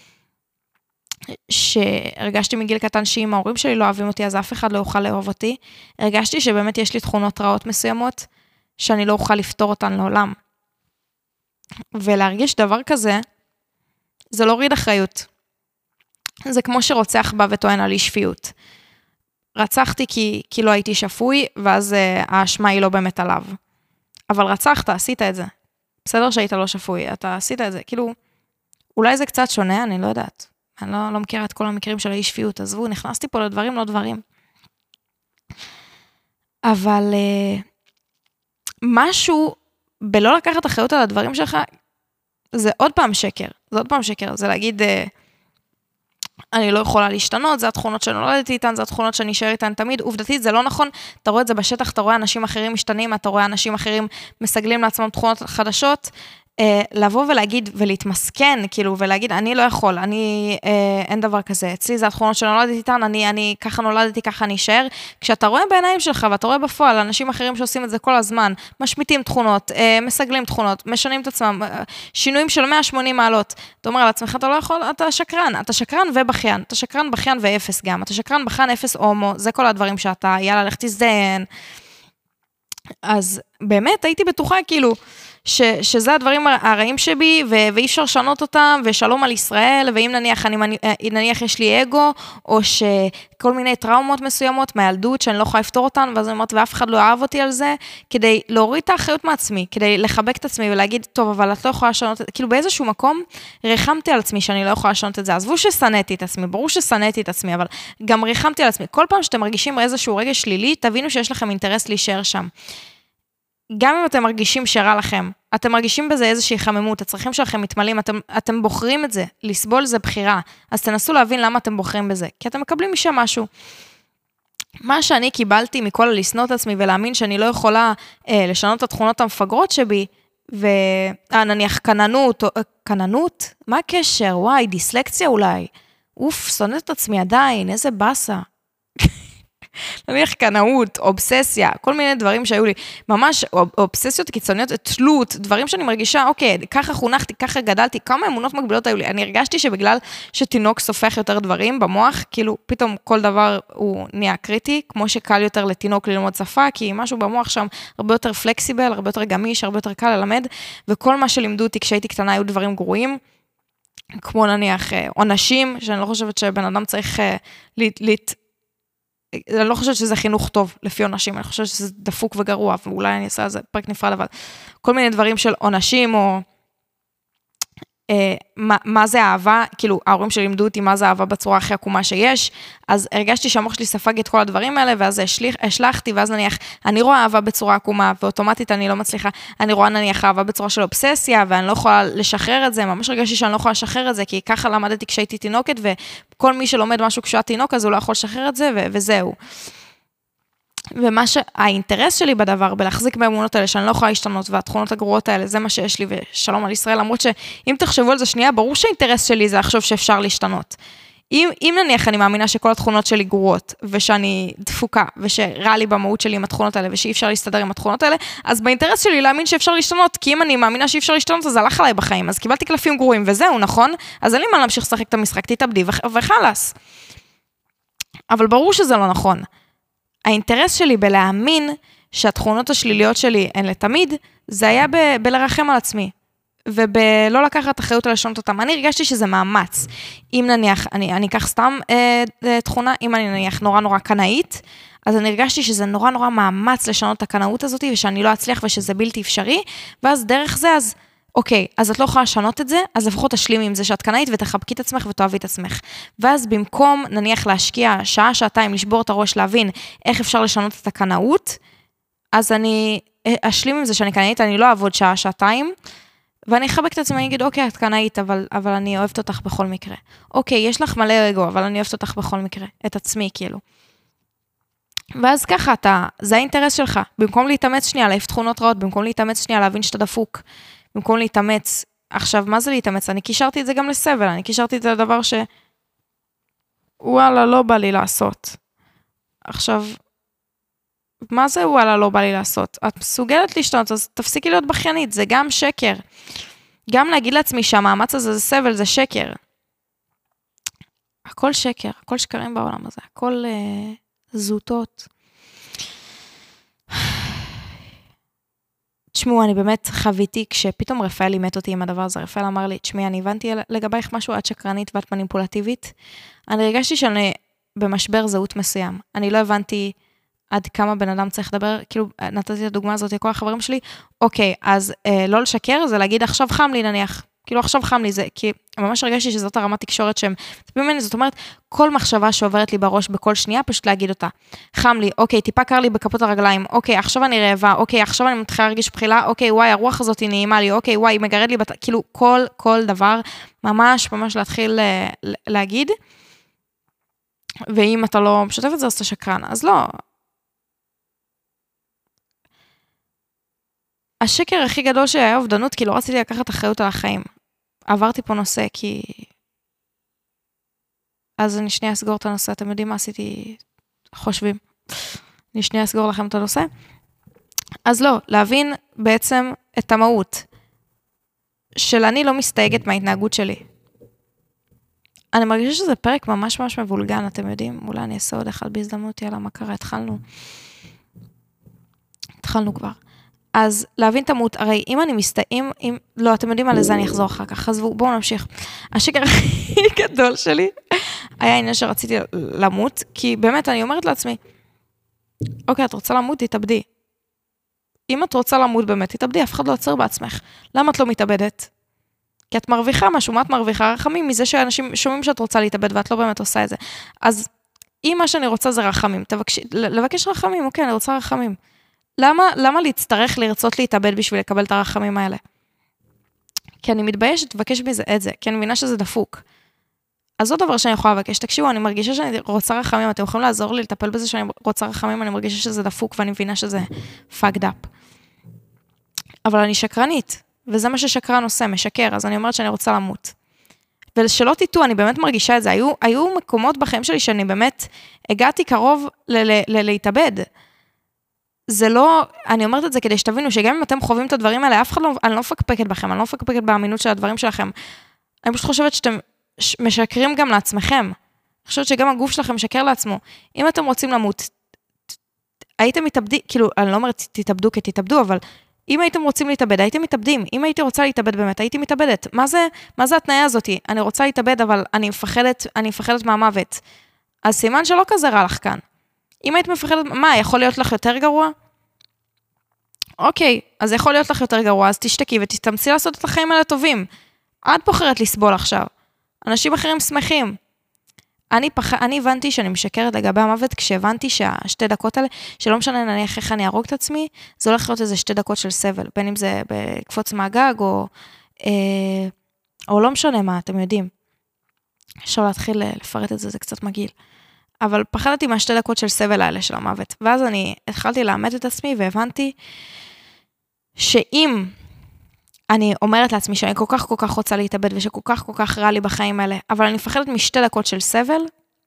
שהרגשתי מגיל קטן שאם ההורים שלי לא אוהבים אותי, אז אף אחד לא יוכל לאהוב אותי. הרגשתי שבאמת יש לי תכונות רעות מסוימות, שאני לא אוכל לפתור אותן לעולם. ולהרגיש דבר כזה, זה לא ריד אחריות. זה כמו שרוצח בא וטוען על אי שפיות. רצחתי כי, כי לא הייתי שפוי, ואז uh, האשמה היא לא באמת עליו. אבל רצחת, עשית את זה. בסדר שהיית לא שפוי, אתה עשית את זה. כאילו, אולי זה קצת שונה, אני לא יודעת. אני לא, לא מכירה את כל המקרים של האי שפיות, עזבו, נכנסתי פה לדברים, לא דברים. אבל uh, משהו בלא לקחת אחריות על הדברים שלך, זה עוד פעם שקר. זה עוד פעם שקר. זה להגיד, uh, אני לא יכולה להשתנות, זה התכונות שנולדתי איתן, זה התכונות שאני אשאר איתן תמיד. עובדתית, זה לא נכון. אתה רואה את זה בשטח, אתה רואה אנשים אחרים משתנים, אתה רואה אנשים אחרים מסגלים לעצמם תכונות חדשות, לבוא ולהגיד ולהתמסכן, כאילו, ולהגיד, אני לא יכול, אני, אה, אין דבר כזה, אצלי זה התכונות שנולדתי איתן, אני, אני, ככה נולדתי, ככה אני אשאר. כשאתה רואה בעיניים שלך, ואתה רואה בפועל, אנשים אחרים שעושים את זה כל הזמן, משמיטים תכונות, אה, מסגלים תכונות, משנים את עצמם, אה, שינויים של מאה ושמונים מעלות. אתה אומר על עצמך, אתה לא יכול, אתה שקרן, אתה שקרן ובכיין, אתה שקרן, בכיין ואפס גם, אתה שקרן, בכיין, אפס הומו, זה כל הדברים שאתה, יאללה, לך תזדיין. אז באמת הייתי בטוחה, כאילו, ש, שזה הדברים הרעים שבי, ו, ואי אפשר לשנות אותם, ושלום על ישראל, ואם נניח, אני, נניח יש לי אגו, או שכל מיני טראומות מסוימות מהילדות, שאני לא יכולה לפתור אותן, ואז אני אומרת, ואף אחד לא אהב אותי על זה, כדי להוריד את האחריות מעצמי, כדי לחבק את עצמי, ולהגיד, טוב, אבל את לא יכולה לשנות, כאילו באיזשהו מקום, רחמתי על עצמי, שאני לא יכולה לשנות את זה, עזבו ששנאתי את עצמי, ברור ששנאתי את עצמי, אבל גם רחמתי על עצמי. כל פעם שאתם מרגישים איזשהו רגע שלילי, תבינו שיש לכם אינטרס להישאר שם. גם אם אתם מרגישים שרע לכם, אתם מרגישים בזה איזושהי חממות, הצרכים שלכם מתמלאים, אתם, אתם בוחרים את זה, לסבול זה בחירה, אז תנסו להבין למה אתם בוחרים בזה, כי אתם מקבלים משם משהו. מה שאני קיבלתי מכל הלסנות עצמי, ולהאמין שאני לא יכולה אה, לשנות את התכונות המפגרות שבי, ונניח קננות, או, קננות? מה הקשר? וואי, דיסלקציה אולי. אוף, שונאת את עצמי עדיין, איזה בסה. נניח קנאות, אובססיה, כל מיני דברים שהיו לי, ממש אובססיות קיצוניות, תלות, דברים שאני מרגישה, אוקיי, ככה חונכתי, ככה גדלתי, כמה אמונות מגבילות היו לי, אני הרגשתי שבגלל שתינוק סופך יותר דברים במוח, כאילו פתאום כל דבר הוא נהיה קריטי, כמו שקל יותר לתינוק ללמוד שפה, כי משהו במוח שם הרבה יותר פלקסיבל, הרבה יותר גמיש, הרבה יותר קל ללמד, וכל מה שלימדו אותי כשהייתי קטנה היו דברים גרועים, כמו נניח עונשים, שאני לא חושבת שבן אדם צריך להת אני לא חושבת שזה חינוך טוב לפי עונשים, אני חושבת שזה דפוק וגרוע, ואולי אני אעשה על זה פרק נפרד, אבל כל מיני דברים של עונשים, או אה, מה, מה זה אהבה, כאילו ההורים שלימדו אותי מה זה אהבה בצורה הכי עקומה שיש, אז הרגשתי שהמוח שלי ספג את כל הדברים האלה, ואז השליח, השלחתי, ואז נניח, אני רואה אהבה בצורה עקומה, ואוטומטית אני לא מצליחה, אני רואה נניח אהבה בצורה של אובססיה, ואני לא יכולה לשחרר את זה, ממש הרגשתי שאני לא יכולה לשחרר את זה, כי ככה למדתי כשהייתי תינוקת, וכל מי שלומד משהו כשהוא תינוק, אז הוא לא יכול לשחרר את זה, ו- וזהו. ומה שהאינטרס שלי בדבר, בלהחזיק באמונות האלה, שאני לא יכולה להשתנות, והתכונות הגרועות האלה, זה מה שיש לי, ושלום על ישראל, למרות שאם תחשבו על זה שנייה, ברור שהאינטרס שלי זה לחשוב שאפשר להשתנות. אם, אם נניח אני מאמינה שכל התכונות שלי גרועות, ושאני דפוקה, ושרע לי במהות שלי עם התכונות האלה, ושאי אפשר להסתדר עם התכונות האלה, אז באינטרס שלי להאמין שאפשר להשתנות, כי אם אני מאמינה שאי אפשר להשתנות, אז הלך עליי בחיים, אז קיבלתי קלפים גרועים, וזהו, נכון? אז אין לי מה להמשיך לשחק את המשחק, תתאבדי וחלאס. אבל ברור שזה לא נכון. האינטרס שלי בלהאמין שהתכונות השליליות שלי הן לתמיד, זה היה ב- בלרחם על עצמי, ובלא לקחת אחריות על לשנות אותם. אני הרגשתי שזה מאמץ. אם נניח, אני, אני אקח סתם אה, תכונה, אם אני נניח נורא נורא קנאית, אז אני הרגשתי שזה נורא נורא מאמץ לשנות את הקנאות הזאת, ושאני לא אצליח ושזה בלתי אפשרי, ואז דרך זה, אז אוקיי, אז את לא יכולה לשנות את זה, אז לפחות תשלימי עם זה שאת קנאית, ותחבקי את עצמך ותאהבי את עצמך. ואז במקום, נניח להשקיע שעה, שעתיים, לשבור את הראש, להבין איך אפשר לשנות את הקנאות, אז אני אשלים עם זה שאני קנאית, אני לא אעבוד שעה, שעתיים, ואני אחבק את עצמי, אני אגיד, אוקיי, את קנאית, אבל, אבל אני אוהבת אותך בכל מקרה. אוקיי, יש לך מלא אגו, אבל אני אוהבת אותך בכל מקרה. את עצמי, כאילו. ואז ככה, אתה, זה האינטרס שלך. במקום להתאמץ שנייה, להעיף תכונות רעות, במקום להתאמץ שנייה, להבין שאתה דפוק. במקום להתאמץ. עכשיו, מה זה להתאמץ? אני קישרתי את זה גם לסבל, אני קישרתי את זה לדבר ש... וואלה, לא בא לי לעשות. עכשיו, מה זה וואלה לא בא לי לעשות? את מסוגלת להשתנות, אז תפסיקי להיות בכיינית, זה גם שקר. גם להגיד לעצמי שהמאמץ הזה זה סבל, זה שקר. הכל שקר, הכל שקרים בעולם הזה, הכל אה, זוטות. תשמעו, אני באמת חוויתי, כשפתאום רפאל לימד אותי עם הדבר הזה, רפאל אמר לי, תשמעי, אני הבנתי לגבייך משהו, את שקרנית ואת מניפולטיבית. אני הרגשתי שאני במשבר זהות מסוים. אני לא הבנתי עד כמה בן אדם צריך לדבר, כאילו, נתתי את הדוגמה הזאת לכל החברים שלי, אוקיי, אז אה, לא לשקר, זה להגיד, עכשיו חם לי נניח, כאילו עכשיו חם לי, זה, כי ממש הרגשתי שזאת הרמת תקשורת שהם, ממני, זאת אומרת, כל מחשבה שעוברת לי בראש בכל שנייה, פשוט להגיד אותה, חם לי, אוקיי, טיפה קר לי בכפות הרגליים, אוקיי, עכשיו אני רעבה, אוקיי, עכשיו אני מתחילה להרגיש בחילה, אוקיי, וואי, הרוח הזאת היא נעימה לי, אוקיי, וואי, מגרד לי, בת... כאילו, כל, כל דבר, ממש, ממש להתחיל להגיד, ואם אתה לא משתף את זה, אז אתה שקרן, אז לא. השקר הכי גדול שהיה אובדנות, כי לא רציתי לקחת אחריות על החיים. עברתי פה נושא, כי... אז אני שנייה אסגור את הנושא, אתם יודעים מה עשיתי? חושבים. אני שנייה אסגור לכם את הנושא. אז לא, להבין בעצם את המהות, של אני לא מסתייגת מההתנהגות שלי. אני מרגישה שזה פרק ממש ממש מבולגן, אתם יודעים? אולי אני אעשה עוד אחד בהזדמנות, יאללה, מה קרה? התחלנו. התחלנו כבר. אז להבין את המות, הרי אם אני מסתאים, אם, לא, אתם יודעים על איזה אני אחזור אחר כך, אז בואו נמשיך. השקר הכי גדול שלי, היה עניין שרציתי למות, כי באמת אני אומרת לעצמי, אוקיי, את רוצה למות, תתאבדי. אם את רוצה למות באמת, תתאבדי, אף אחד לא עצר בעצמך. למה את לא מתאבדת? כי את מרוויחה משהו, מה את מרוויחה? רחמים מזה שאנשים שומעים שאת רוצה להתאבד, ואת לא באמת עושה את זה. אז אם מה שאני רוצה זה רחמים, תבקש, לבקש רחמים, אוקיי, אני רוצה רחמים. למה, למה להצטרך לרצות להתאבד בשביל לקבל את הרחמים האלה? כי אני מתביישת לבקש מזה את זה, כי אני מבינה שזה דפוק. אז זאת דבר שאני יכולה לבקש. תקשיבו, אני מרגישה שאני רוצה רחמים, אתם יכולים לעזור לי לטפל בזה שאני רוצה רחמים, אני מרגישה שזה דפוק ואני מבינה שזה fucked up. אבל אני שקרנית, וזה מה ששקרן עושה, משקר, אז אני אומרת שאני רוצה למות. ושלא תיתו, אני באמת מרגישה את זה. היו, היו מקומות בחיים שלי שאני באמת הגעתי קרוב ל- ל- ל- להתאבד. זה לא, אני אומרת את זה כדי שתבינו, שגם אם אתם חווים את הדברים האלה, אף אחד לא, אני לא מפקפקת בכם, אני לא מפקפקת באמינות של הדברים שלכם. אני פשוט חושבת שאתם משקרים גם לעצמכם. אני חושבת שגם הגוף שלכם משקר לעצמו. אם אתם רוצים למות, הייתם מתאבדים, כאילו, אני לא אומרת תתאבדו כתתאבדו, אבל אם הייתם רוצים להתאבד, הייתם מתאבדים. אם הייתי רוצה להתאבד באמת, הייתי מתאבדת. מה זה, מה זה התנאי הזאת? אני רוצה להתאבד, אבל אני מפחדת, אני מפחדת מהמוות. אז סימן שלא כזה רע לך כאן. אם היית מפחדת, מה, יכול להיות לך יותר גרוע? אוקיי, אז יכול להיות לך יותר גרוע, אז תשתקי ותתאמצי לעשות את החיים האלה טובים. את בוחרת לסבול עכשיו. אנשים אחרים שמחים. אני, פח... אני הבנתי שאני משקרת לגבי המוות, כשהבנתי שהשתי דקות האלה, שלא משנה נניח איך אני ארוג את עצמי, זה הולך להיות איזה שתי דקות של סבל, בין אם זה בקפוץ מהגג, או, אה, או לא משנה מה, אתם יודעים. אפשר להתחיל לפרט את זה, זה קצת מגעיל. אבל פחדתי מהשתי דקות של סבל האלה של המוות. ואז אני התחלתי לאמת את עצמי, והבנתי שאם אני אומרת לעצמי שאני כל כך כל כך רוצה להתאבד, ושכל כך כל כך רע לי בחיים האלה, אבל אני מפחדת משתי דקות של סבל,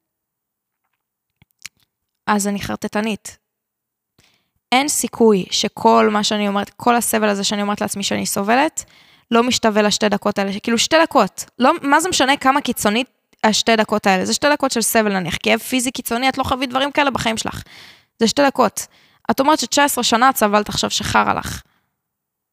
אז אני חרטטנית. אין סיכוי שכל מה שאני אומרת, כל הסבל הזה שאני אומרת לעצמי שאני סובלת, לא משתווה לשתי דקות האלה, כאילו שתי דקות. לא, מה זה משנה כמה קיצונית השתי דקות האלה? זה שתי דקות של סבל נניח, כאב פיזי קיצוני, את לא חווית דברים כאלה בחיים שלך. זה שתי דקות. את אומרת ש-תשע עשרה שנה את סבלת עכשיו שחרה לך.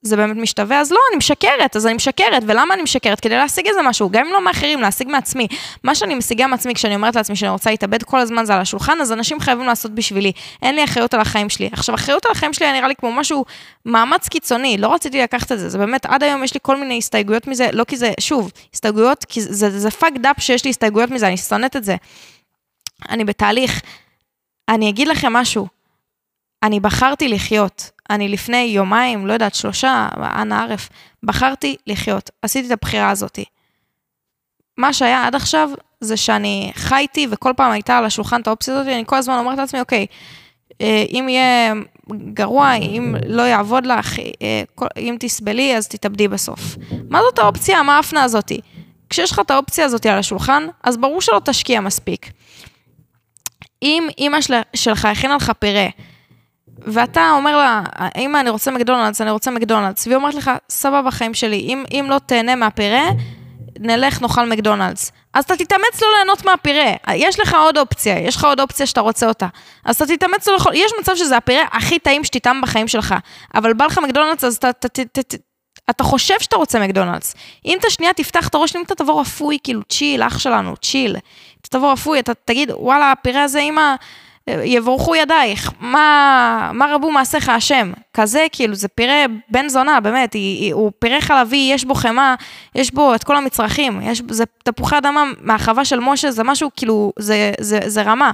זה באמת משתווה, אז לא, אני משקרת, אז אני משקרת, ולמה אני משקרת? כדי להשיג איזה משהו, גם אם לא מאחרים, להשיג מעצמי. מה שאני משיגה מעצמי, כשאני אומרת לעצמי שאני רוצה להתאבד כל הזמן זה על השולחן, אז אנשים חייבים לעשות בשבילי. אין לי אחריות על החיים שלי. עכשיו, אחריות על החיים שלי נראה לי כמו משהו מאמץ קיצוני, לא רציתי לקחת את זה. זה באמת, עד היום יש לי כל מיני הסתייגויות מזה, לא כי זה, שוב, הסתייגויות, כי זה, זה פאק דאפ שיש לי הסתייגויות מזה, אני שונאת את זה. אני בתהליך. אני אגיד לכם משהו. אני בחרתי לחיות. אני לפני יומיים, לא יודעת, שלושה, אנה ערף, בחרתי לחיות. עשיתי את הבחירה הזאת. מה שהיה עד עכשיו, זה שאני חייתי, וכל פעם הייתה על השולחן את האופציה הזאת, אני כל הזמן אומרת לעצמי, אוקיי, אם יהיה גרוע, אם לא יעבוד לך, אם תסבלי, אז תתאבדי בסוף. מה זאת האופציה? מה האפנה הזאת? כשיש לך את האופציה הזאת על השולחן, אז ברור שלא תשקיע מספיק. אם אמא שלך הכינה לך פירה, ואתה אומר לה, אמא, אני רוצה מקדונלדס, אני רוצה מקדונלדס, והיא אומרת לך, סבבה בחיים שלי, אם, אם לא תהנה מהפירה, נלך נאכל מקדונלדס. אז אתה תתאמץ לו ליהנות מהפירה. יש לך עוד אופציה, יש לך עוד אופציה שאתה רוצה אותה. אז אתה תתאמץ לו לאכול, יש מצב שזה הפירה הכי טעים שתיתם בחיים שלך, אבל בא לך מקדונלדס, אז אתה, אתה, אתה, אתה, אתה חושב שאתה רוצה מקדונלדס. אם אתה שנייה תפתח את הראש, אם אתה תבוא רפוי, כאילו צ'יל, אח שלנו, צ'יל. אתה תבוא רפוי, אתה תגיד, וואלה, הפירה הזה, אמא, יבורכו ידייך, מה, מה רבו מעשיך השם? כזה, כאילו, זה פירה בן זונה, באמת, היא, היא, הוא פירה חלבי, יש בו חמה, יש בו את כל המצרכים, יש, זה תפוחי אדמה מהחווה של משה, זה משהו, כאילו, זה, זה, זה רמה.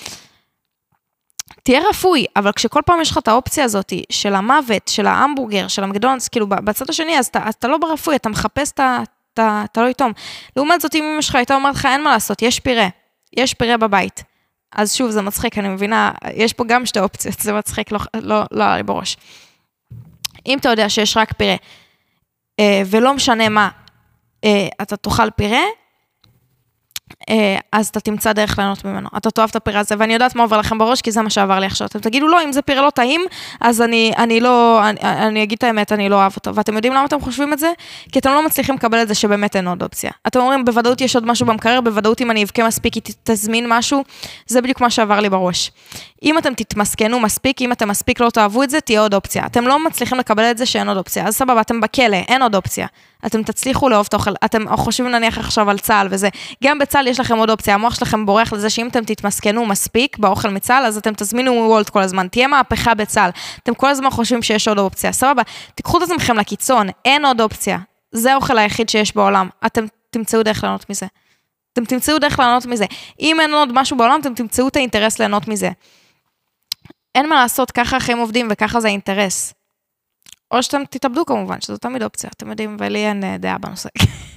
תהיה רפוי, אבל כשכל פעם יש לך את האופציה הזאת, של המוות, של ההמבורגר, של המקדונלדס, כאילו, בצד השני, אז אתה, אז אתה לא ברפוי, אתה מחפש את ה, אתה, אתה לא איתום. לעומת זאת, אם אמא שלך הייתה אומרת לך, אין מה לעשות, יש פירה, יש פירה בבית. אז שוב, זה מצחיק, אני מבינה, יש פה גם שתי אופציות, זה מצחיק, לא, לא, לא עלי בראש. אם אתה יודע שיש רק פירה, ולא משנה מה, אתה תאכל פירה, אז אתה תמצא דרך ליהנות ממנו. אתה תאהב את הפירה הזה, ואני יודעת מה עובר לכם בראש, כי זה מה שעבר לי עכשיו. אתם תגידו, לא, אם זה פירה לא טעים, אז אני, אני לא, אני, אני אגיד את האמת, אני לא אוהב אותו. ואתם יודעים למה אתם חושבים את זה? כי אתם לא מצליחים לקבל את זה שבאמת אין עוד אופציה. אתם אומרים, בוודאות יש עוד משהו במקרר, בוודאות אם אני אבכה מספיק, היא תזמין משהו, זה בדיוק מה שעבר לי בראש. אם אתם תתמסכנו מספיק, אם אתם מספיק לא תאהבו את זה, תהיה עוד אופציה. אתם לא מצליחים לקבל את זה שאין עוד אופציה. אז סבבה, אתם בכלא, אין עוד אופציה. אתם תצליחו לאהוב את האוכל. אתם חושבים נניח עכשיו על צהל וזה. גם בצהל יש לכם עוד אופציה. המוח שלכם בורח לזה שאם אתם תתמסכנו מספיק באוכל מצהל, אז אתם תזמינו וולט כל הזמן. תהיה מהפכה בצהל. אתם כל הזמן חושבים שיש עוד אופציה. סבבה, תיקחו את עצמכם לקיצון. אין עוד אופציה. זה האוכל היחיד שיש בעולם. אתם תמצאו דרך ליהנות מזה. אתם תמצאו דרך ליהנות מזה. אם אין עוד משהו בעולם, אתם תמצאו את האינטרס ליהנות מזה. אין מה לעשות, ככה החיים עובדים וככה זה האינטרס. או שאתם תתאבדו כמובן, שזו תמיד אופציה, אתם יודעים, ולי אין דעה בנושא.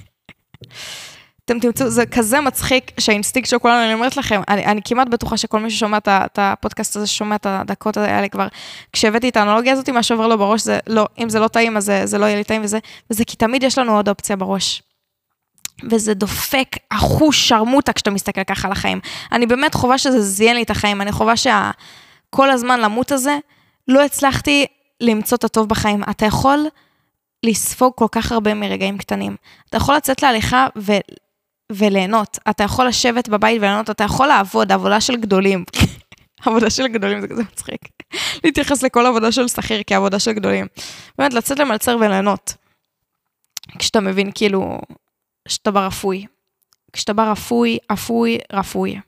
אתם תמצאו, זה כזה מצחיק שהאינסטינקט של כולנו, אני אומרת לכם, אני, אני כמעט בטוחה שכל מי ששומע את הפודקאסט הזה, ששומע את הדקות האלה כבר, כשהבאתי את האנלוגיה הזאת, מה שעובר לו בראש, זה לא, אם זה לא טעים, אז זה, זה לא יהיה לי טעים וזה, וזה כי תמיד יש לנו עוד אופציה בראש. וזה דופק אחוש שרמוטה כשאתה מסתכל ככה על החיים. אני באמת חובה שזה זיין לי את החיים, אני חובה שכל הזמן למות הזה, לא הצלחתי למצוא את הטוב בחיים. אתה יכול לספוג כל כך הרבה מרגעים קטנים. אתה יכול לצאת להליכה ו... וליהנות. אתה יכול לשבת בבית וליהנות. אתה יכול לעבוד, עבודה של גדולים. עבודה של גדולים זה כזה מצחיק. להתייחס לכל עבודה של שכיר כעבודה של גדולים. באמת, לצאת למלצר וליהנות. כשאתה מבין כאילו שאתה ברפוי. כשאתה ברפוי, אפוי, רפוי.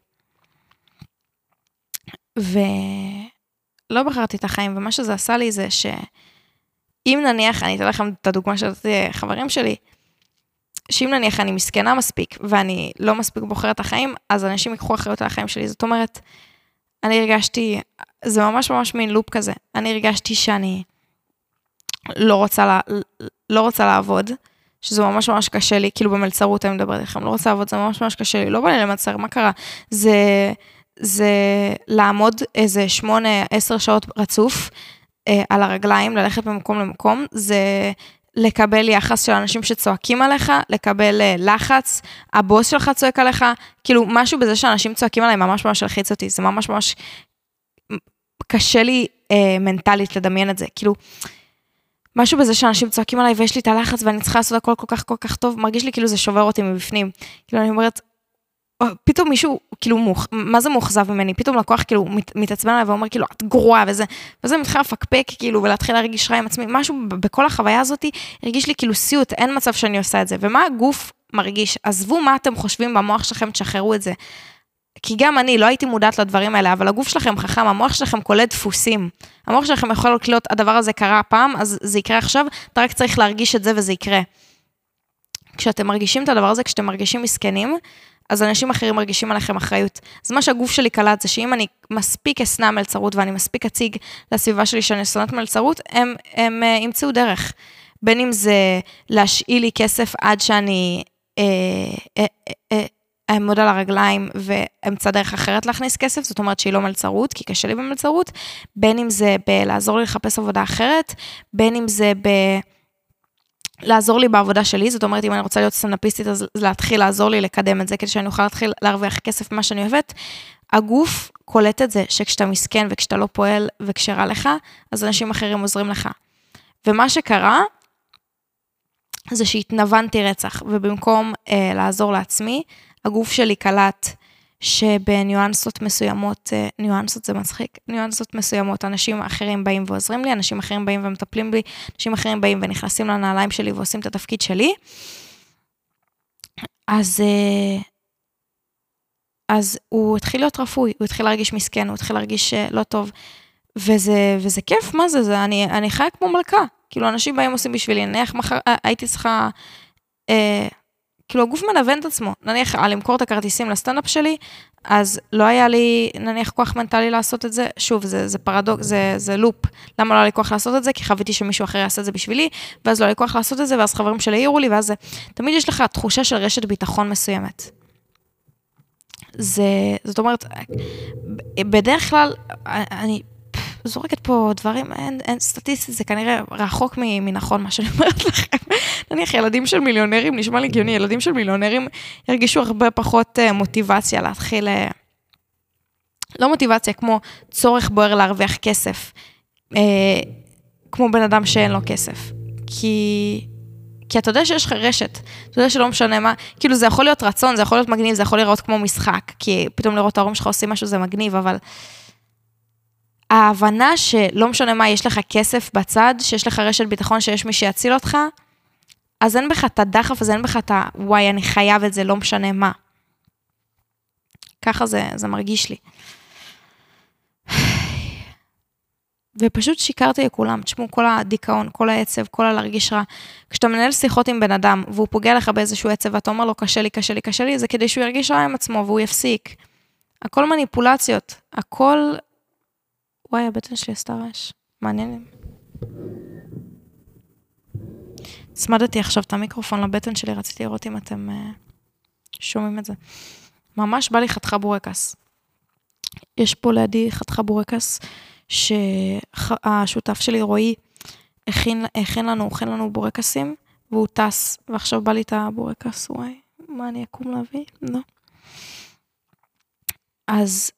ו... לא בחרתי את החיים, ומה שזה עשה לי זה שאם נניח, אני אתן לכם את הדוגמה של חברים שלי, שאם נניח אני מסכנה מספיק, ואני לא מספיק בוחרת החיים, אז אנשים ייקחו אחריות על החיים שלי. זאת אומרת, אני הרגשתי, זה ממש ממש מין לופ כזה, אני הרגשתי שאני לא רוצה, לה, לא רוצה לעבוד, שזה ממש ממש קשה לי, כאילו במלצרות אני מדברת לכם, לא רוצה לעבוד, זה ממש ממש קשה לי, לא בא לי למלצר, מה קרה? זה... זה לעמוד איזה שמונה, עשר שעות רצוף אה, על הרגליים, ללכת ממקום למקום, זה לקבל יחס של אנשים שצועקים עליך, לקבל אה, לחץ, הבוס שלך צועק עליך, כאילו משהו בזה שאנשים צועקים עליי ממש ממש לחץ אותי, זה ממש ממש קשה לי אה, מנטלית לדמיין את זה, כאילו משהו בזה שאנשים צועקים עליי ויש לי את הלחץ ואני צריכה לעשות הכל כל כך כל כך טוב, מרגיש לי כאילו זה שובר אותי מבפנים, כאילו אני אומרת, פתאום מישהו, כאילו, מוח, מה זה מוחזב ממני? פתאום לקוח, כאילו, מת, מתעצבן עליי ואומר, כאילו, את גרועה וזה, וזה מתחיל לפקפק, כאילו, ולהתחיל להרגיש רע עם עצמי, משהו בכל החוויה הזאת, הרגיש לי כאילו סיוט, אין מצב שאני עושה את זה, ומה הגוף מרגיש? עזבו מה אתם חושבים במוח שלכם, תשחררו את זה. כי גם אני לא הייתי מודעת לדברים האלה, אבל הגוף שלכם חכם, המוח שלכם קולט דפוסים. המוח שלכם יכול לקלוט, הדבר הזה קרה פעם, אז זה יקרה עכשיו, אתה רק צריך להרגיש את זה וזה יקרה. כשאתם מרגישים את הדבר הזה, כשאתם מרגישים מסכנים, אז אנשים אחרים מרגישים עליכם אחריות. אז מה שהגוף שלי קלט זה שאם אני מספיק אסנה מלצרות, ואני מספיק אציג לסביבה שלי שאני אסנת מלצרות, הם, הם uh, ימצאו דרך. בין אם זה להשאיל לי כסף עד שאני אה, אה, אה, אעמוד על הרגליים ואמצא דרך אחרת להכניס כסף, זאת אומרת שהיא לא מלצרות, כי קשה לי במלצרות, בין אם זה בלעזור לי לחפש עבודה אחרת, בין אם זה ב... לעזור לי בעבודה שלי, זאת אומרת, אם אני רוצה להיות סטנדאפיסטית, אז להתחיל לעזור לי לקדם את זה, כדי שאני אוכל להתחיל להרוויח כסף ממה שאני אוהבת. הגוף קולט את זה, שכשאתה מסכן וכשאתה לא פועל וכשרע לך, אז אנשים אחרים עוזרים לך. ומה שקרה, זה שהתנוונתי רצח, ובמקום אה, לעזור לעצמי, הגוף שלי קלט שבניואנסות מסוימות, אה, ניואנסות זה מצחיק, ניואנסות מסוימות, אנשים אחרים באים ועוזרים לי, אנשים אחרים באים ומטפלים בי, אנשים אחרים באים ונכנסים לנעליים שלי ועושים את התפקיד שלי. אז, אה, אז הוא התחיל להיות רפוי, הוא התחיל להרגיש מסכן, הוא התחיל להרגיש אה, לא טוב, וזה, וזה כיף, מה זה? זה אני, אני חיה כמו מלכה. כאילו, אנשים באים עושים בשבילי, נניח מחר, הייתי צריכה, אה, כאילו, הגוף מנוון את עצמו, נניח, על למכור את הכרטיסים לסטנדאפ שלי, אז לא היה לי, נניח, כוח מנטלי לעשות את זה, שוב, זה, זה פרדוק, זה, זה לופ, למה לא היה לי כוח לעשות את זה? כי חוויתי שמישהו אחר יעשה את זה בשבילי, ואז לא היה לי כוח לעשות את זה, ואז חברים שלי העירו לי, ואז זה, תמיד יש לך תחושה של רשת ביטחון מסוימת. זה, זאת אומרת, בדרך כלל, אני, זורקת פה דברים, אין, אין סטטיסטית, זה כנראה רחוק מנכון מה שאני אומרת לכם. נניח, ילדים של מיליונרים, נשמע לי גיוני, ילדים של מיליונרים ירגישו הרבה פחות מוטיבציה להתחיל, לא מוטיבציה, כמו צורך בוער להרוויח כסף, כמו בן אדם שאין לו כסף. כי, כי אתה יודע שיש לך רשת, אתה יודע שלא משנה מה, כאילו זה יכול להיות רצון, זה יכול להיות מגניב, זה יכול לראות כמו משחק, כי פתאום לראות את ההורים שלך עושים משהו, זה מגניב, אבל ההבנה שלא משנה מה, יש לך כסף בצד, שיש לך רשת ביטחון, שיש מי שיציל אותך, אז אין בך את הדחף, אז אין בך את ה, וואי, אני חייב את זה, לא משנה מה. ככה זה, זה מרגיש לי. ופשוט שיקרתי לכולם, תשמעו, כל הדיכאון, כל העצב, כל הלהרגיש רע. כשאתה מנהל שיחות עם בן אדם, והוא פוגע לך באיזשהו עצב, ואתה אומר לו, קשה לי, קשה לי, קשה לי, זה כדי שהוא ירגיש רע עם עצמו, והוא יפסיק. הכל מניפולציות, הכל... וואי, הבטן שלי עשתה רעש. מעניינים. צמדתי עכשיו את המיקרופון לבטן שלי, רציתי לראות אם אתם uh, שומעים את זה. ממש בא לי חתיכה בורקס. יש פה לידי חתיכה בורקס, שהשותף שלי רועי הכין, הכין לנו, הכין לנו בורקסים, והוא טס, ועכשיו בא לי את הבורקס, וואי, מה אני אקום להביא? לא. אז,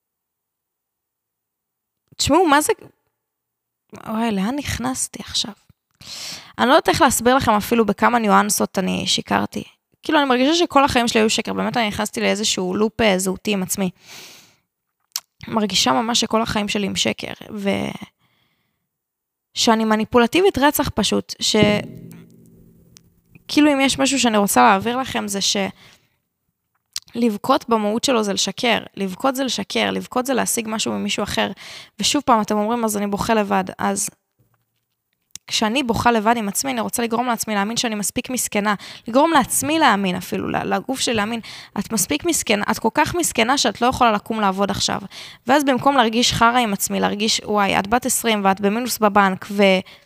תשמעו, מה זה... וואי, לאן נכנסתי עכשיו? אני לא יודעת איך להסביר לכם אפילו בכמה ניואנסות אני שיקרתי. כאילו, אני מרגישה שכל החיים שלי היו שקר. באמת אני נכנסתי לאיזשהו לופ זהותי עם עצמי. מרגישה ממש שכל החיים שלי עם שקר. ו... שאני מניפולטיבית רצח פשוט. ש... כאילו, אם יש משהו שאני רוצה להעביר לכם, זה ש... לבכות במהות שלו זה לשקר, לבכות זה לשקר, לבכות זה להשיג משהו ממישהו אחר, ושוב פעם אתם אומרים, אז אני בוכה לבד, אז כשאני בוכה לבד עם עצמי, אני רוצה לגרום לעצמי להאמין שאני מספיק מסכנה, לגרום לעצמי להאמין אפילו, לגוף שלי להאמין, את מספיק מסכנה, את כל כך מסכנה שאת לא יכולה לקום לעבוד עכשיו, ואז במקום להרגיש חרה עם עצמי, להרגיש, וואי, את בת עשרים ואת במינוס בבנק, ו...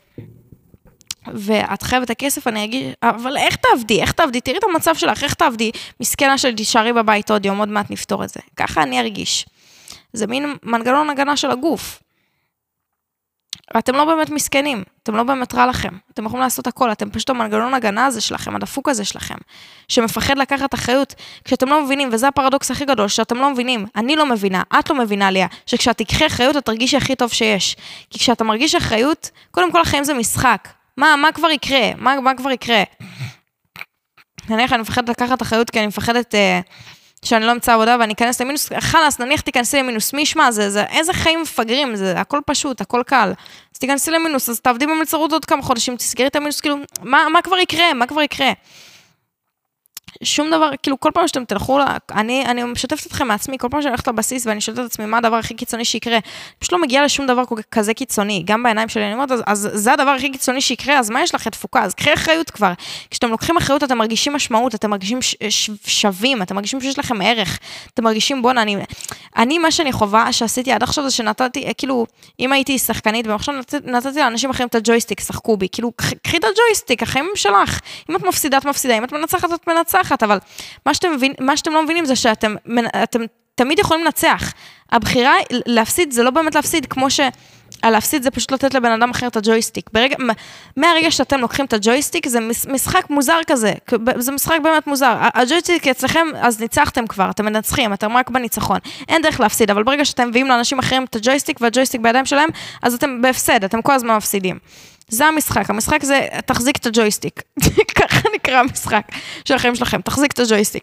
ואת חייבת את הכסף, אני אגיד, אבל איך תעבדי? איך תעבדי? תראי את המצב שלך, איך תעבדי? מסכנה של תישארי בבית עוד יום, עוד מעט נפתור את זה. ככה אני ארגיש. זה מין מנגנון הגנה של הגוף. ואתם לא באמת מסכנים, אתם לא באמת רע לכם. אתם יכולים לעשות הכל, אתם פשוט המנגנון הגנה הזה שלכם, הדפוק הזה שלכם, שמפחד לקחת אחריות, כשאתם לא מבינים, וזה הפרדוקס הכי גדול, שאתם לא מבינים, אני לא מבינה, את לא מבינה ליה, שכשאת תיקחי אחריות, את תרגישי הכי טוב שיש. כי כשאתה מרגיש אחריות, קודם כל החיים זה משחק. מה, מה כבר יקרה? מה, מה כבר יקרה? נניח, אני מפחדת לקחת אחריות, כי אני מפחדת, אה, שאני לא אמצא עבודה ואני אכנס למינוס, חלס, נניח תיכנסי למינוס, מי ישמע, זה, זה, איזה חיים מפגרים, זה הכל פשוט, הכל קל. אז תיכנסי למינוס, אז תעבדי במלצרות עוד כמה חודשים, תסגרי את המינוס, כאילו, מה, מה כבר יקרה? מה כבר יקרה? שום דבר, כאילו, כל פעם שאתם תלכו, אני, אני משתפת אתכם מעצמי, כל פעם שאני הולכת לבסיס ואני שואלת את עצמי, מה הדבר הכי קיצוני שיקרה? פשוט לא מגיע לשום דבר כזה קיצוני, גם בעיניים שלי, אני אומרת, אז, אז זה הדבר הכי קיצוני שיקרה, אז מה יש לך? תפוקה, אז קחי אחריות כבר. כשאתם לוקחים אחריות, אתם מרגישים משמעות, אתם מרגישים ש, ש, שווים, אתם מרגישים שיש לכם ערך, אתם מרגישים, בוא, אני, אני, מה שאני חובה שעשיתי עד עכשיו זה שנתתי, כאילו, אם הייתי שחקנית, ועכשיו נתתי לאנשים אחרים את הג'ויסטיק, שחקו בי, כאילו, קחי את הג'ויסטיק, החיים שלך. אם את מפסידה, את מפסידה, אם את מנצחת, את מנצחת, אבל מה שאתם מבין, מה שאתם לא מבינים זה שאתם, אתם תמיד יכולים לנצח. הבחירה להפסיד זה לא באמת להפסיד, כמו שלהפסיד זה פשוט לתת לבן אדם אחר את הג'ויסטיק. ברגע, מהרגע שאתם לוקחים את הג'ויסטיק, זה משחק מוזר כזה, זה משחק באמת מוזר. הג'ויסטיק אצלכם, אז ניצחתם כבר, אתם מנצחים, אתם רק בניצחון. אין דרך להפסיד, אבל ברגע שאתם מביאים לאנשים אחרים את הג'ויסטיק והג'ויסטיק בידיים שלהם, אז אתם בהפסד, אתם כל הזמן מפסידים. זה המשחק, המשחק זה תחזיק את הג'ויסטיק, ככה נקרא המשחק של החיים שלכם, תחזיק את הג'ויסטיק.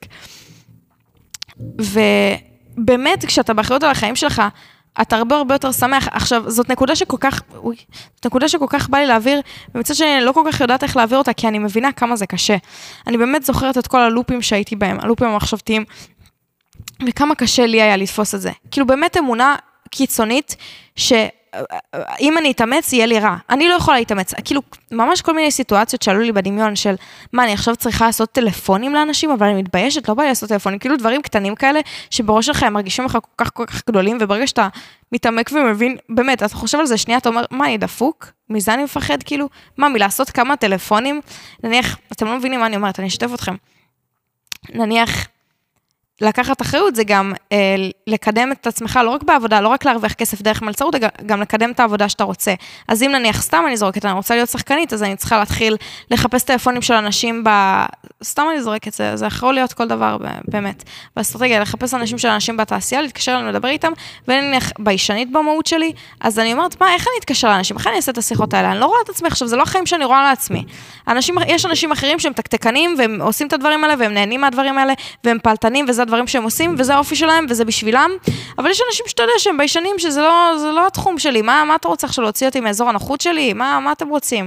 ובאמת, כשאתה באחריות על החיים שלך, אתה הרבה הרבה יותר שמח. עכשיו, זאת נקודה שכל כך, אוי, זאת נקודה שכל כך בא לי להעביר, ומצד שאני לא כל כך יודעת איך להעביר אותה, כי אני מבינה כמה זה קשה. אני באמת זוכרת את כל הלופים שהייתי בהם, הלופים המחשבתיים, וכמה קשה לי היה לתפוס את זה. כאילו, באמת אמונה קיצונית, ש... אם אני אתאמץ, יהיה לי רע. אני לא יכולה להתאמץ. כאילו, ממש כל מיני סיטואציות שעלו לי בדמיון של, מה, אני עכשיו צריכה לעשות טלפונים לאנשים, אבל אני מתביישת, לא בא לי לעשות טלפונים. כאילו, דברים קטנים כאלה, שבראש שלך הם מרגישים לך כל כך כל כך גדולים, וברגע שאתה מתעמק ומבין, באמת, אתה חושב על זה שנייה, אתה אומר, מה, אני דפוק? מזה אני מפחד, כאילו? מה, מלעשות כמה טלפונים? נניח, אתם לא מבינים מה אני אומרת, אני אשתף אתכם. נניח, לקחת אחריות זה גם אה, לקדם את עצמך, לא רק בעבודה, לא רק להרוויח כסף דרך מלצרות, גם לקדם את העבודה שאתה רוצה. אז אם נניח סתם אני זורקת, אני רוצה להיות שחקנית, אז אני צריכה להתחיל לחפש טלפונים של אנשים ב... סתם אני זורקת, זה, זה יכול להיות כל דבר, באמת. באסטרטגיה, לחפש אנשים של אנשים בתעשייה, להתקשר לנו, לדבר איתם, ונניח ביישנית במהות שלי, אז אני אומרת, מה, איך אני אתקשר לאנשים? איך אני אעשה את השיחות האלה? אני לא רואה את עצמי עכשיו, זה לא החיים שאני רואה לעצמי. אנשים, יש אנשים אחרים שהם תקתקנים, והם עושים את הדברים האלה, והם נהנים מהדברים האלה, והם פלטנים, וזה הדברים שהם עושים, וזה האופי שלהם, וזה בשבילם. אבל יש אנשים שאתה יודע שהם ביישנים, שזה לא, זה לא התחום שלי. מה, מה אתה רוצה עכשיו להוציא אותי מאזור הנוחות שלי? מה, מה אתם רוצים?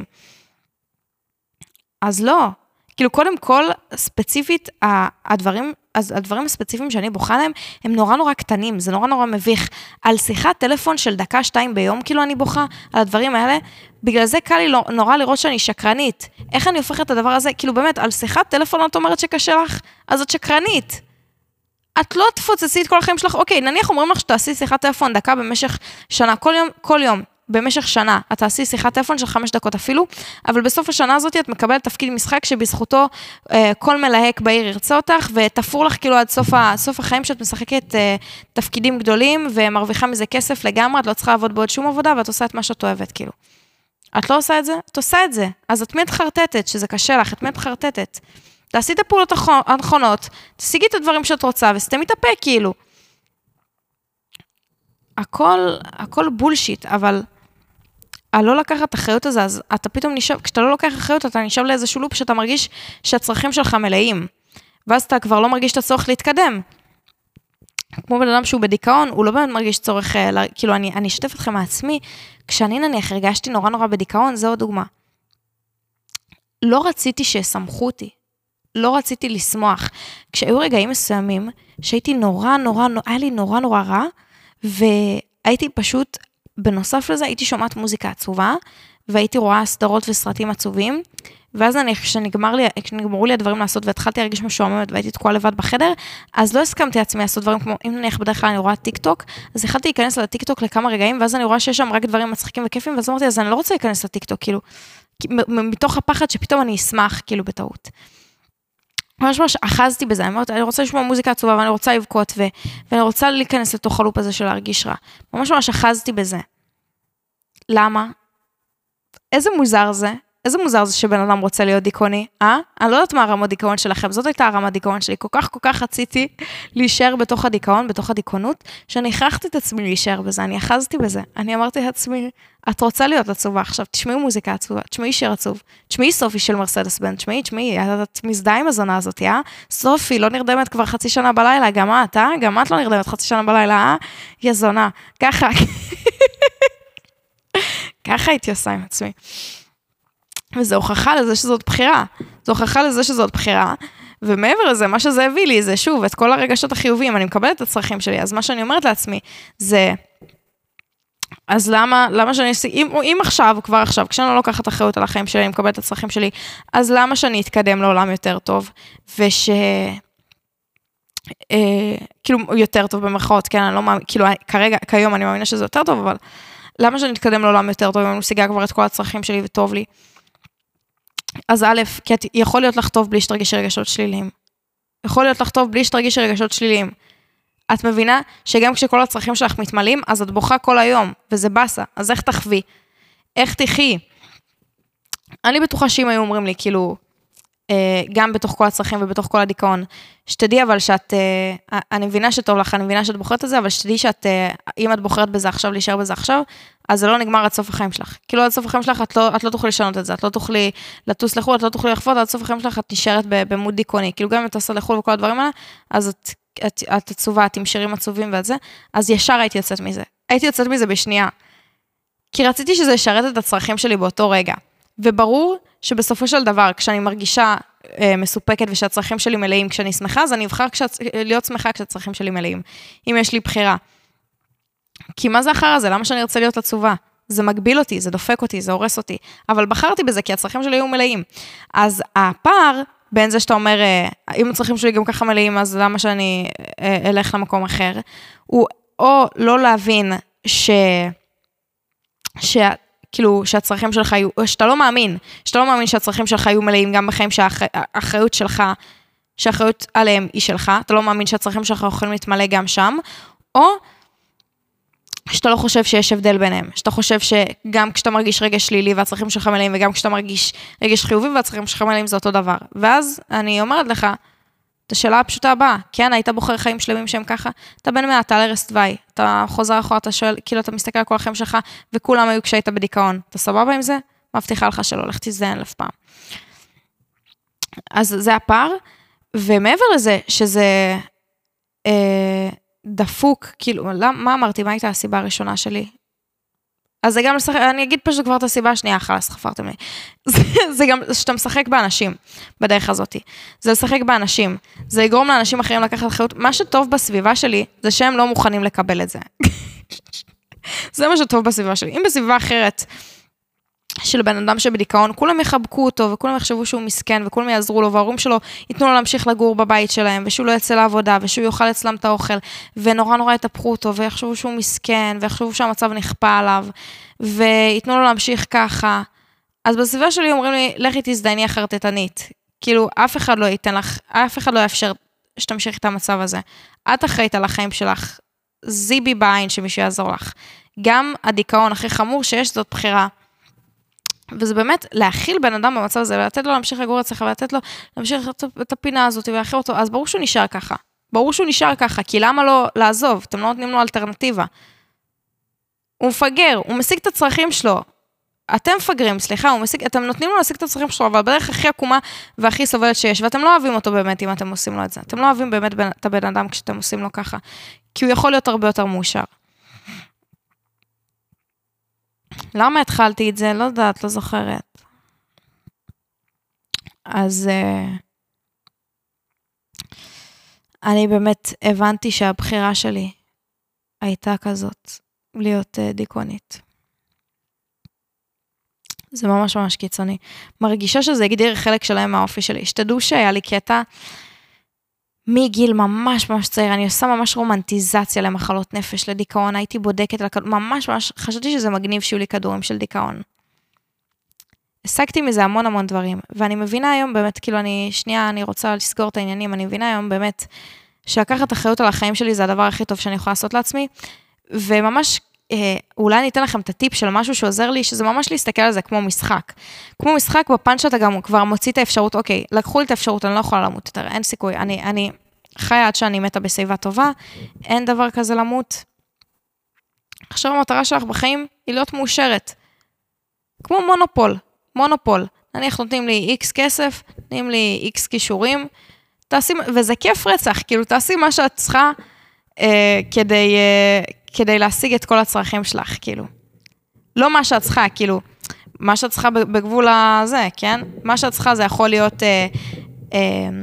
אז לא. כאילו, קודם כל, ספציפית, הדברים, אז הדברים הספציפיים שאני בוכה להם, הם נורא נורא קטנים, זה נורא נורא מביך. על שיחת טלפון של דקה, שתיים ביום, כאילו אני בוכה על הדברים האלה, בגלל זה קל לי נורא לראות שאני שקרנית. איך אני הופכת את הדבר הזה? כאילו, באמת, על שיחת טלפון את אומרת שקשה לך, אז את שקרנית. את לא תפוצצי את כל החיים שלך, אוקיי, נניח אומרים לך שתעשי שיחת טלפון דקה במשך שנה, כל יום, כל יום, במשך שנה, את תעשי שיחת טלפון של חמש דקות אפילו, אבל בסוף השנה הזאת את מקבלת תפקיד משחק שבזכותו אה, כל מלהק בעיר ירצה אותך, ותפור לך כאילו עד סוף, ה, סוף החיים שאת משחקת אה, תפקידים גדולים, ומרוויחה מזה כסף לגמרי, את לא צריכה לעבוד בעוד שום עבודה, ואת עושה את מה שאת אוהבת, כאילו. את לא עושה את זה? את עושה את זה. אז את מיד חרטטת, שזה קשה לך, את מיד חרטטת. תעשי את הפעולות הנכונות, תשיגי את הדברים שאת רוצה, וסתם מתאפק, כאילו. הכל, הכל בולשיט, אבל לא לקחת אחריות הזה, אז אתה פתאום נשאב, כשאתה לא לוקח אחריות, אתה נשאב לאיזשהו לופ שאתה מרגיש שהצרכים שלך מלאים, ואז אתה כבר לא מרגיש את הצורך להתקדם. כמו בן אדם שהוא בדיכאון, הוא לא באמת מרגיש צורך, כאילו, אני, אני אשתף אתכם מעצמי, כשאני נניח הרגשתי נורא נורא בדיכאון, זו דוגמה. לא רציתי שיסמכו אותי. לא רציתי לשמוח. כשהיו רגעים מסוימים, שהייתי נורא, נורא, היה לי נורא, נורא רע, והייתי פשוט, בנוסף לזה, הייתי שומעת מוזיקה עצובה, והייתי רואה סדרות וסרטים עצובים, ואז אני, כשנגמר לי, כשנגמרו לי הדברים לעשות, והתחלתי להרגיש משועממת, והייתי תקועה לבד בחדר, אז לא הסכמתי לעצמי לעשות דברים כמו, אם נניח בדרך כלל אני רואה טיק טוק, אז החלטתי להיכנס לטיק טוק לכמה רגעים, ואז אני רואה שיש שם רק דברים מצחיקים וכיפים, ואז אמרתי, אז אני לא רוצה להיכנס לטיק טוק, כאילו, מתוך הפחד שפתאום אני אשמח, כאילו, בטעות. ממש ממש אחזתי בזה, אני אומרת, אני רוצה לשמוע מוזיקה עצובה, ואני רוצה לבכות, ו... ואני רוצה להיכנס לתוך הלופ הזה של להרגיש רע. ממש ממש אחזתי בזה. למה? איזה מוזר זה? איזה מוזר זה שבן אדם רוצה להיות דיכאוני, אה? אני לא יודעת מה הרמת דיכאון שלכם, זאת הייתה הרמת דיכאון שלי, כל כך כל כך רציתי להישאר בתוך הדיכאון, בתוך הדיכאונות, שאני הכרחתי את עצמי להישאר בזה, אני אחזתי בזה, אני אמרתי לעצמי, את רוצה להיות עצובה עכשיו, תשמעי מוזיקה עצובה, תשמעי שיר עצוב, תשמעי סופי של מרסדס בן, תשמעי, תשמעי, את מזדהה עם הזונה הזאת, אה? סופי לא נרדמת כבר חצי שנה בלילה, גם את, אה? גם את לא נרדמת חצי שנה בלילה, אה? יא זונה, ככה. ככה הייתי עושה עם עצמי. וזו הוכחה לזה שזאת בחירה. זו הוכחה לזה שזאת בחירה. ומעבר לזה, מה שזה הביא לי, זה שוב, את כל הרגשות החיוביים, אני מקבלת את הצרכים שלי, אז מה שאני אומרת לעצמי, זה, אז למה, למה שאני, אם, אם עכשיו, כבר עכשיו, כשאני לא לוקחת אחריות על החיים שלי, אני מקבלת את הצרכים שלי, אז למה שאני אתקדם לעולם יותר טוב, וש... אה, כאילו, יותר טוב במרכאות, כן, אני לא מאמין, כאילו, כרגע, כיום אני מאמינה שזה יותר טוב, אבל למה שאני אתקדם לעולם יותר טוב, אם אני משיגה כבר את כל הצרכים שלי וטוב לי? אז א', כי את יכול להיות לך טוב בלי שתרגישי רגשות שליליים. יכול להיות לך טוב בלי שתרגישי רגשות שליליים. את מבינה שגם כשכל הצרכים שלך מתמלאים, אז את בוכה כל היום, וזה בסה. אז איך תחווי? איך תחי? אני בטוחה שאם היו אומרים לי, כאילו, גם בתוך כל הצרכים ובתוך כל הדיכאון, שתדעי אבל שאת, אני מבינה שטוב לך, אני מבינה שאת בוחרת את זה, אבל שתדעי שאת, אם את בוחרת בזה עכשיו, להישאר בזה עכשיו, אז זה לא נגמר עד סוף החיים שלך. כאילו עד סוף החיים שלך, את לא, את לא תוכלי לשנות את זה, את לא תוכלי לטוס לחול, את לא תוכלי לחפות, עד סוף החיים שלך, את נשארת במוד דיכאוני. כאילו גם אם את עושה לחול וכל הדברים האלה, אז את, את, את עצובה, את עם שירים עצובים ואת זה, אז ישר הייתי יוצאת מזה. הייתי יוצאת מזה בשנייה. כי רציתי שזה ישרת את הצרכים שלי באותו רגע. וברור שבסופו של דבר, כשאני מרגישה אה, מסופקת ושהצרכים שלי מלאים כשאני שמחה, אז אני אבחר כשאת, להיות שמחה כשהצרכים שלי מלאים. אם יש לי בחירה. כי מה זה אחר הזה? למה שאני ארצה להיות עצובה? זה מגביל אותי, זה דופק אותי, זה הורס אותי. אבל בחרתי בזה כי הצרכים שלי היו מלאים. אז הפער בין זה שאתה אומר, אם הצרכים שלי גם ככה מלאים, אז למה שאני אה, אלך למקום אחר? הוא או לא להבין ש... ש... כאילו, שהצרכים שלך היו, שאתה לא מאמין, שאתה לא מאמין שהצרכים שלך היו מלאים גם בחיים שהאחריות שלך, שהאחריות עליהם היא שלך, אתה לא מאמין שהצרכים שלך יכולים להתמלא גם שם, או שאתה לא חושב שיש הבדל ביניהם, שאתה חושב שגם כשאתה מרגיש רגש שלילי והצרכים שלך מלאים, וגם כשאתה מרגיש רגש חיובי והצרכים שלך מלאים זה אותו דבר. ואז אני אומרת לך, את השאלה הפשוטה הבאה, כן, היית בוחר חיים שלמים שהם ככה, אתה בן מאה, אתה על ערש דווי, אתה חוזר אחורה, אתה שואל, כאילו אתה מסתכל על כל החיים שלך, וכולם היו כשהיית בדיכאון, אתה סבבה עם זה? מבטיחה לך שלא, לך תזדיין אלף פעם. אז זה הפער, ומעבר לזה, שזה אה, דפוק, כאילו, לא, מה אמרתי, מה הייתה הסיבה הראשונה שלי? אז זה גם, אני אגיד פשוט כבר את הסיבה השנייה, חלס, חפרתם לי. זה, זה גם שאתה משחק באנשים, בדרך הזאת. זה לשחק באנשים. זה יגרום לאנשים אחרים לקחת אחריות. מה שטוב בסביבה שלי, זה שהם לא מוכנים לקבל את זה. זה מה שטוב בסביבה שלי. אם בסביבה אחרת, של בן אדם שבדיכאון, כולם יחבקו אותו, וכולם יחשבו שהוא מסכן, וכולם יעזרו לו, וההורים שלו ייתנו לו להמשיך לגור בבית שלהם, ושהוא לא יצא לעבודה, ושהוא יאכל אצלם את האוכל, ונורא נורא יתפחו אותו, ויחשבו שהוא מסכן, ויחשבו שהמצב נכפה עליו, וייתנו לו להמשיך ככה. אז בסביבה שלי אומרים לי, לכי תזדייני החרטטנית. כאילו, אף אחד לא ייתן לך, אף אחד לא יאפשר שתמשיך את המצב הזה. את אחראית על החיים שלך, זיבי בעין שמישהו יעזור לך. גם הדיכאון הכי חמור שיש, זאת בחירה. וזה באמת להכיל בן אדם במצב הזה, ולתת לו להמשיך לגור אצלך, ולתת לו להמשיך את הפינה הזאת, ולהכיל אותו, אז ברור שהוא נשאר ככה. ברור שהוא נשאר ככה, כי למה לא לעזוב? אתם לא נותנים לו אלטרנטיבה. הוא מפגר, הוא משיג את הצרכים שלו. אתם מפגרים, סליחה, הוא משיג, אתם נותנים לו להשיג את הצרכים שלו, אבל בדרך הכי עקומה והכי סובלת שיש, ואתם לא אוהבים אותו באמת אם אתם עושים לו את זה. אתם לא אוהבים באמת את הבן אדם כשאתם עושים לו ככה, כי הוא יכול להיות הרבה יותר מאושר. למה התחלתי את זה? לא יודעת, לא זוכרת. אז uh, אני באמת הבנתי שהבחירה שלי הייתה כזאת, להיות uh, דיכאונית. זה ממש ממש קיצוני. מרגישה שזה הגדיר חלק שלהם מהאופי שלי. שתדעו שהיה לי קטע מגיל ממש ממש צעיר, אני עושה ממש רומנטיזציה למחלות נפש, לדיכאון, הייתי בודקת על כדור, ממש ממש, חשבתי שזה מגניב שיהיו לי כדורים של דיכאון. השגתי מזה המון המון דברים, ואני מבינה היום באמת, כאילו אני, שנייה, אני רוצה לסגור את העניינים, אני מבינה היום באמת, שלקחת אחריות על החיים שלי זה הדבר הכי טוב שאני יכולה לעשות לעצמי, וממש אולי אני אתן לכם את הטיפ של משהו שעוזר לי, שזה ממש להסתכל על זה כמו משחק. כמו משחק בפן שאתה גם כבר מוציא את האפשרות, אוקיי, לקחו לי את האפשרות, אני לא יכולה למות יותר, אין סיכוי, אני, אני חיה עד שאני מתה בסביבה טובה, אין דבר כזה למות. עכשיו המטרה שלך בחיים היא להיות מאושרת. כמו מונופול, מונופול. נניח נותנים לי איקס כסף, נותנים לי איקס כישורים, תעשי, וזה כיף רצח, כאילו תעשי מה שאת צריכה, אה, כדי, אה, כדי להשיג את כל הצרכים שלך, כאילו. לא מה שאת צריכה, כאילו, מה שאת צריכה בגבול הזה, כן? מה שאת צריכה זה יכול להיות, אה, אה,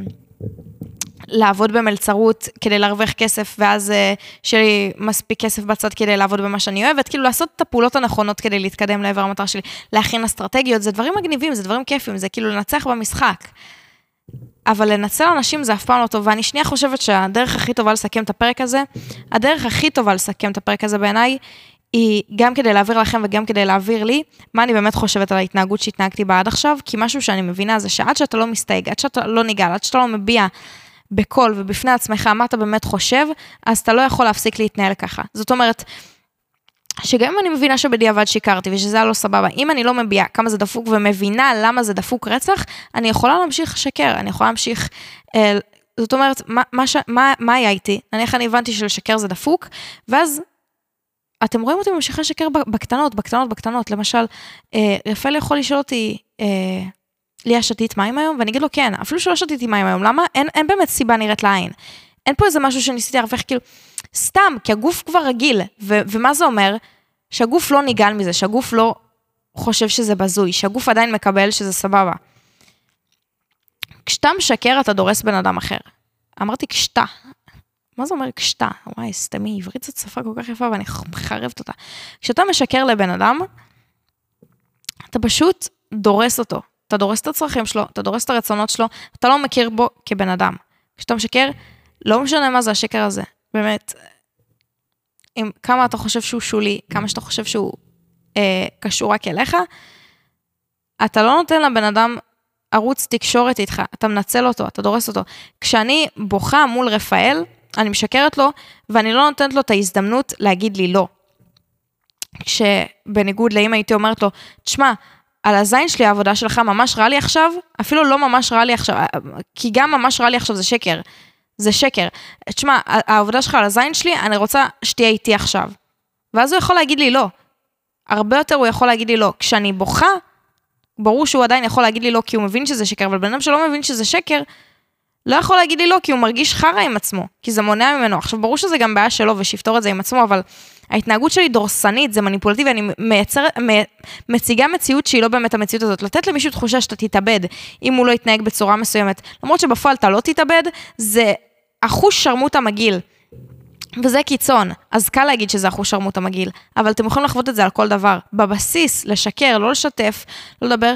לעבוד במלצרות כדי להרוויח כסף, ואז אה, שיהיה לי מספיק כסף בצד כדי לעבוד במה שאני אוהבת, כאילו לעשות את הפעולות הנכונות כדי להתקדם לעבר המטרה שלי, להכין אסטרטגיות, זה דברים מגניבים, זה דברים כיפים, זה כאילו לנצח במשחק. אבל לנצל אנשים זה אף פעם לא טוב, ואני שנייה חושבת שהדרך הכי טובה לסכם את הפרק הזה, הדרך הכי טובה לסכם את הפרק הזה בעיניי, היא גם כדי להעביר לכם וגם כדי להעביר לי, מה אני באמת חושבת על ההתנהגות שהתנהגתי בה עד עכשיו, כי משהו שאני מבינה זה שעד שאתה לא מסתייג, עד שאתה לא ניגל, עד שאתה לא מביע בקול ובפני עצמך מה אתה באמת חושב, אז אתה לא יכול להפסיק להתנהל ככה. זאת אומרת, שגם אם אני מבינה שבדיעבד שיקרתי ושזה היה לא סבבה, אם אני לא מביעה כמה זה דפוק ומבינה למה זה דפוק רצח, אני יכולה להמשיך לשקר, אני יכולה להמשיך, אה, זאת אומרת, מה, מה, ש, מה, מה היה איתי? נניח אני הבנתי שלשקר זה דפוק, ואז אתם רואים אותי ממשיכה לשקר בקטנות, בקטנות, בקטנות, למשל, אה, רפאל יכול לשאול אותי, אה, לי השתית מים היום, ואני אגיד לו כן, אפילו שלא שתיתי מים היום, למה? אין, אין באמת סיבה נראית לעין. אין פה איזה משהו שניסיתי להרוויח, כאילו, סתם, כי הגוף כבר רגיל, ו- ומה זה אומר? שהגוף לא ניגל מזה, שהגוף לא חושב שזה בזוי, שהגוף עדיין מקבל שזה סבבה. כשאתה משקר, אתה דורס בן אדם אחר. אמרתי כשתה. מה זה אומר כשתה? וואי, סתמי, עברית זאת שפה כל כך יפה, ואני חרבת אותה. כשאתה משקר לבן אדם, אתה פשוט דורס אותו. אתה דורס את הצרכים שלו, אתה דורס את הרצונות שלו, אתה לא מכיר בו כבן אדם. כשאתה משקר, לא משנה מה זה השקר הזה. באמת, עם כמה אתה חושב שהוא שולי, כמה שאתה חושב שהוא אה, קשור רק אליך, אתה לא נותן לבן אדם ערוץ תקשורת איתך, אתה מנצל אותו, אתה דורס אותו. כשאני בוכה מול רפאל, אני משקרת לו, ואני לא נותנת לו את ההזדמנות להגיד לי לא. כשבניגוד לאמא הייתי אומרת לו, תשמע, על הזין שלי העבודה שלך ממש רע לי עכשיו, אפילו לא ממש רע לי עכשיו, כי גם ממש רע לי עכשיו זה שקר. זה שקר. תשמע, העבודה שלך על הזין שלי, אני רוצה שתהיה איתי עכשיו. ואז הוא יכול להגיד לי לא. הרבה יותר הוא יכול להגיד לי לא. כשאני בוכה, ברור שהוא עדיין יכול להגיד לי לא, כי הוא מבין שזה שקר, אבל בן אדם שלא מבין שזה שקר, לא יכול להגיד לי לא, כי הוא מרגיש חרא עם עצמו, כי זה מונע ממנו. עכשיו, ברור שזה גם בעיה שלו, ושיפתור את זה עם עצמו, אבל ההתנהגות שלי דורסנית, זה מניפולטיבי, אני מייצר, מציגה מציאות שהיא לא באמת המציאות הזאת. לתת למישהו תחושה שאתה תתאבד, אם הוא לא יתנהג בצורה מסוימת. למרות שבפועל אתה לא תתאבד, זה אחוש שרמוט המגיל. וזה קיצון. אז קל להגיד שזה אחוש שרמוט המגיל, אבל אתם יכולים לחוות את זה על כל דבר. בבסיס, לשקר, לא לשתף, לא לדבר,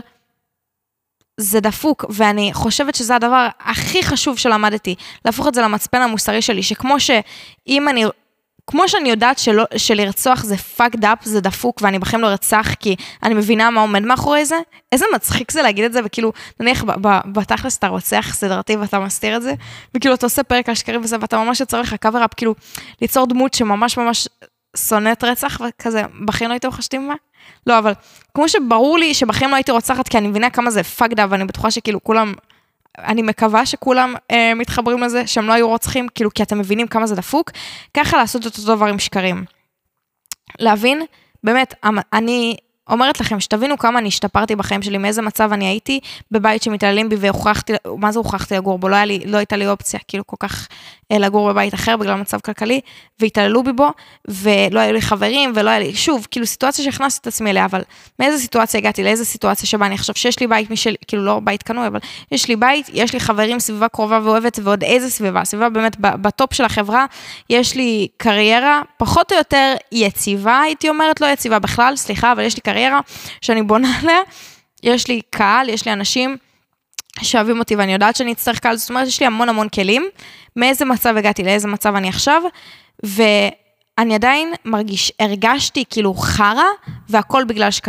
זה דפוק, ואני חושבת שזה הדבר הכי חשוב שלמדתי, להפוך את זה למצפן המוסרי שלי, שכמו שאם אני, כמו שאני יודעת שלא, שלרצוח זה fucked up, זה דפוק, ואני בכם לא רצח, כי אני מבינה מה עומד מאחורי זה, איזה מצחיק זה להגיד את זה, וכאילו, נניח, בתכלס אתה רוצח סדרתי, ואתה מסתיר את זה, וכאילו, אתה עושה פרק על שקרים וזה, ואתה ממש יצר לך קאבר-אפ, כאילו, ליצור דמות שממש ממש שונאת רצח, וכזה, בכם לא הייתם חשדים מה? לא, אבל כמו שברור לי שבכם לא הייתי רוצחת, כי אני מבינה כמה זה פאקדה, ואני בטוחה שכאילו כולם, אני מקווה שכולם אה, מתחברים לזה, שהם לא היו רוצחים, כאילו כי אתם מבינים כמה זה דפוק, ככה לעשות את אותו דבר עם שקרים. להבין, באמת, אני אומרת לכם, שתבינו כמה אני השתפרתי בחיים שלי, מאיזה מצב אני הייתי בבית שמתעללים בי, והוכחתי, מה זה הוכחתי לגור בו? לא, היה לי, לא הייתה לי אופציה, כאילו כל כך לגור בבית אחר, בגלל מצב כלכלי, והתעללו בי בו, ולא היו לי חברים, ולא היה לי, שוב, כאילו סיטואציה שהכנסתי את עצמי אליה, אבל מאיזה סיטואציה הגעתי, לאיזה סיטואציה שבה אני חושב שיש לי בית משל, כאילו לא בית קנוי, אבל יש לי בית, יש לי חברים, סביבה קרובה ואוהבת, ועוד איזה סביבה, סביבה באמת בטופ של החברה, יש לי קריירה, פחות או יותר יציבה, הייתי אומרת, לא יציבה בכלל, סליחה, אבל יש לי קריירה שאני בונה עליה, יש לי קהל, יש לי אנשים שאוהבים אותי, ואני יודעת שאני אצטרך קהל, זאת אומרת, יש לי המון המון כלים, מאיזה מצב הגעתי, לאיזה מצב אני עכשיו, ואני עדיין מרגיש, הרגשתי כאילו חרה, והכל בגלל שקרים.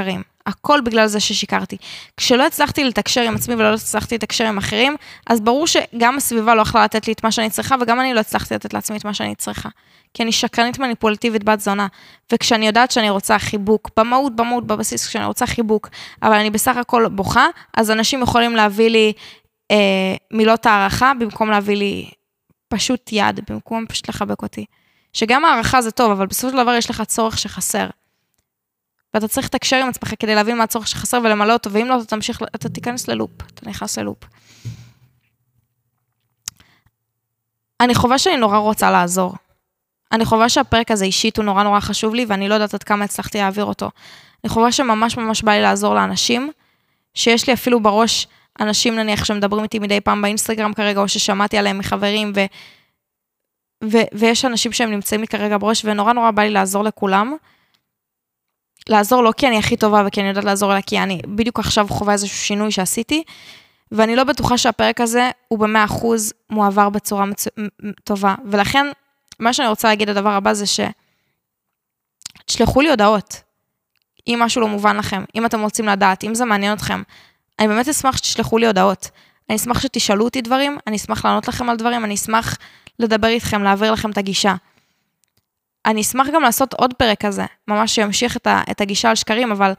הכל בגלל זה ששיקרתי. כשלא הצלחתי לתקשר עם עצמי ולא הצלחתי לתקשר עם אחרים, אז ברור שגם הסביבה לא יכלה לתת לי את מה שאני צריכה, וגם אני לא הצלחתי לתת לעצמי את מה שאני צריכה. כי אני שקרנית מניפולטיבית בת זונה, וכשאני יודעת שאני רוצה חיבוק, במהות, במהות, בבסיס, כשאני רוצה חיבוק, אבל אני בסך הכל בוכה, אז אנשים יכולים להביא לי אה, מילות הערכה, במקום להביא לי פשוט יד, במקום פשוט לחבק אותי. שגם הערכה זה טוב, אבל בסופו של דבר יש לך צורך שחסר. ואתה צריך לתקשר עם עצמך כדי להבין מה הצורך שחסר ולמלא אותו, ואם לא, אתה תמשיך, אתה תיכנס ללופ, אתה נכנס ללופ. אני חווה שאני נורא רוצה לעזור. אני חווה שהפרק הזה אישית הוא נורא נורא חשוב לי, ואני לא יודעת עד כמה הצלחתי להעביר אותו. אני חווה שממש ממש בא לי לעזור לאנשים, שיש לי אפילו בראש אנשים נניח שמדברים איתי מדי פעם באינסטגרם כרגע, או ששמעתי עליהם מחברים, ו... ו... ויש אנשים שהם נמצאים לי כרגע בראש, ונורא נורא בא לי לעזור לכולם. לעזור לא כי אני הכי טובה, וכי אני יודעת לעזור לה, כי אני בדיוק עכשיו חווה איזשהו שינוי שעשיתי, ואני לא בטוחה שהפרק הזה הוא ב-מאה אחוז מועבר בצורה מצ... טובה. ולכן, מה שאני רוצה להגיד הדבר הבא זה ש... תשלחו לי הודעות, אם משהו לא מובן לכם, אם אתם רוצים לדעת, אם זה מעניין אתכם. אני באמת אשמח שתשלחו לי הודעות. אני אשמח שתשאלו אותי דברים, אני אשמח לענות לכם על דברים, אני אשמח לדבר איתכם, להעביר לכם את הגישה. אני אשמח גם לעשות עוד פרק כזה, ממש שימשיך את, ה, את הגישה על שקרים, אבל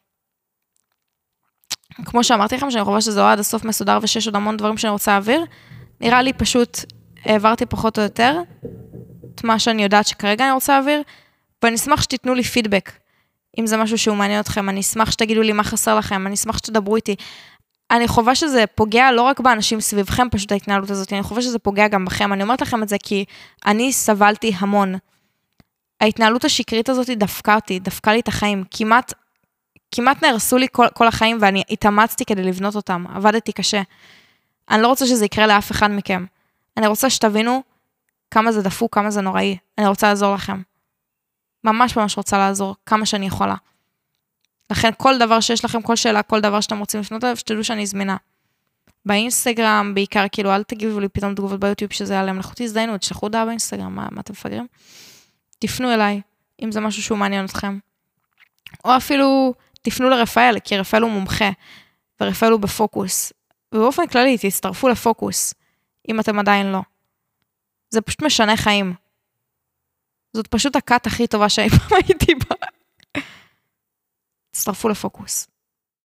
כמו שאמרתי לכם, שאני חושבת שזה עד הסוף מסודר, ושיש עוד המון דברים שאני רוצה להעביר, נראה לי פשוט העברתי פחות או יותר, את מה שאני יודעת שכרגע אני רוצה להעביר, ואני אשמח שתיתנו לי פידבק, אם זה משהו שהוא מעניין אתכם, אני אשמח שתגידו לי מה חסר לכם, אני אשמח שתדברו איתי. אני חווה שזה פוגע לא רק באנשים סביבכם, פשוט ההתנהלות הזאת, אני חווה שזה פוגע גם בכם, אני אומרת לכם את זה כי אני סבלתי המון. ההתנהלות השקרית הזאת דפקה אותי, דפקה לי את החיים, כמעט, כמעט נהרסו לי כל, כל החיים, ואני התאמצתי כדי לבנות אותם, עבדתי קשה. אני לא רוצה שזה יקרה לאף אחד מכם. אני רוצה שתבינו כמה זה דפוק, כמה זה נוראי. אני רוצה לעזור לכם. ממש ממש רוצה לעזור, כמה שאני יכולה. לכן כל דבר שיש לכם, כל שאלה, כל דבר שאתם רוצים לפנות אליו, שתדעו שאני זמינה. באינסטגרם, בעיקר, כאילו, אל תגיבו לי פתאום תגובות ביוטיוב שזה עליהם לחותי, הזדיינו, תשלחו דעה באינסטגרם, מה, מה אתם מפגרים? תפנו אליי, אם זה משהו שהוא מעניין אתכם. או אפילו תפנו לרפאל, כי רפאל הוא מומחה, ורפאל הוא בפוקוס. ובאופן כללי, תצטרפו לפוקוס, אם אתם עדיין לא. זה פשוט משנה חיים. זאת פשוט הקאט הכי טובה שהיא פעם הייתי בה. תצטרפו לפוקוס.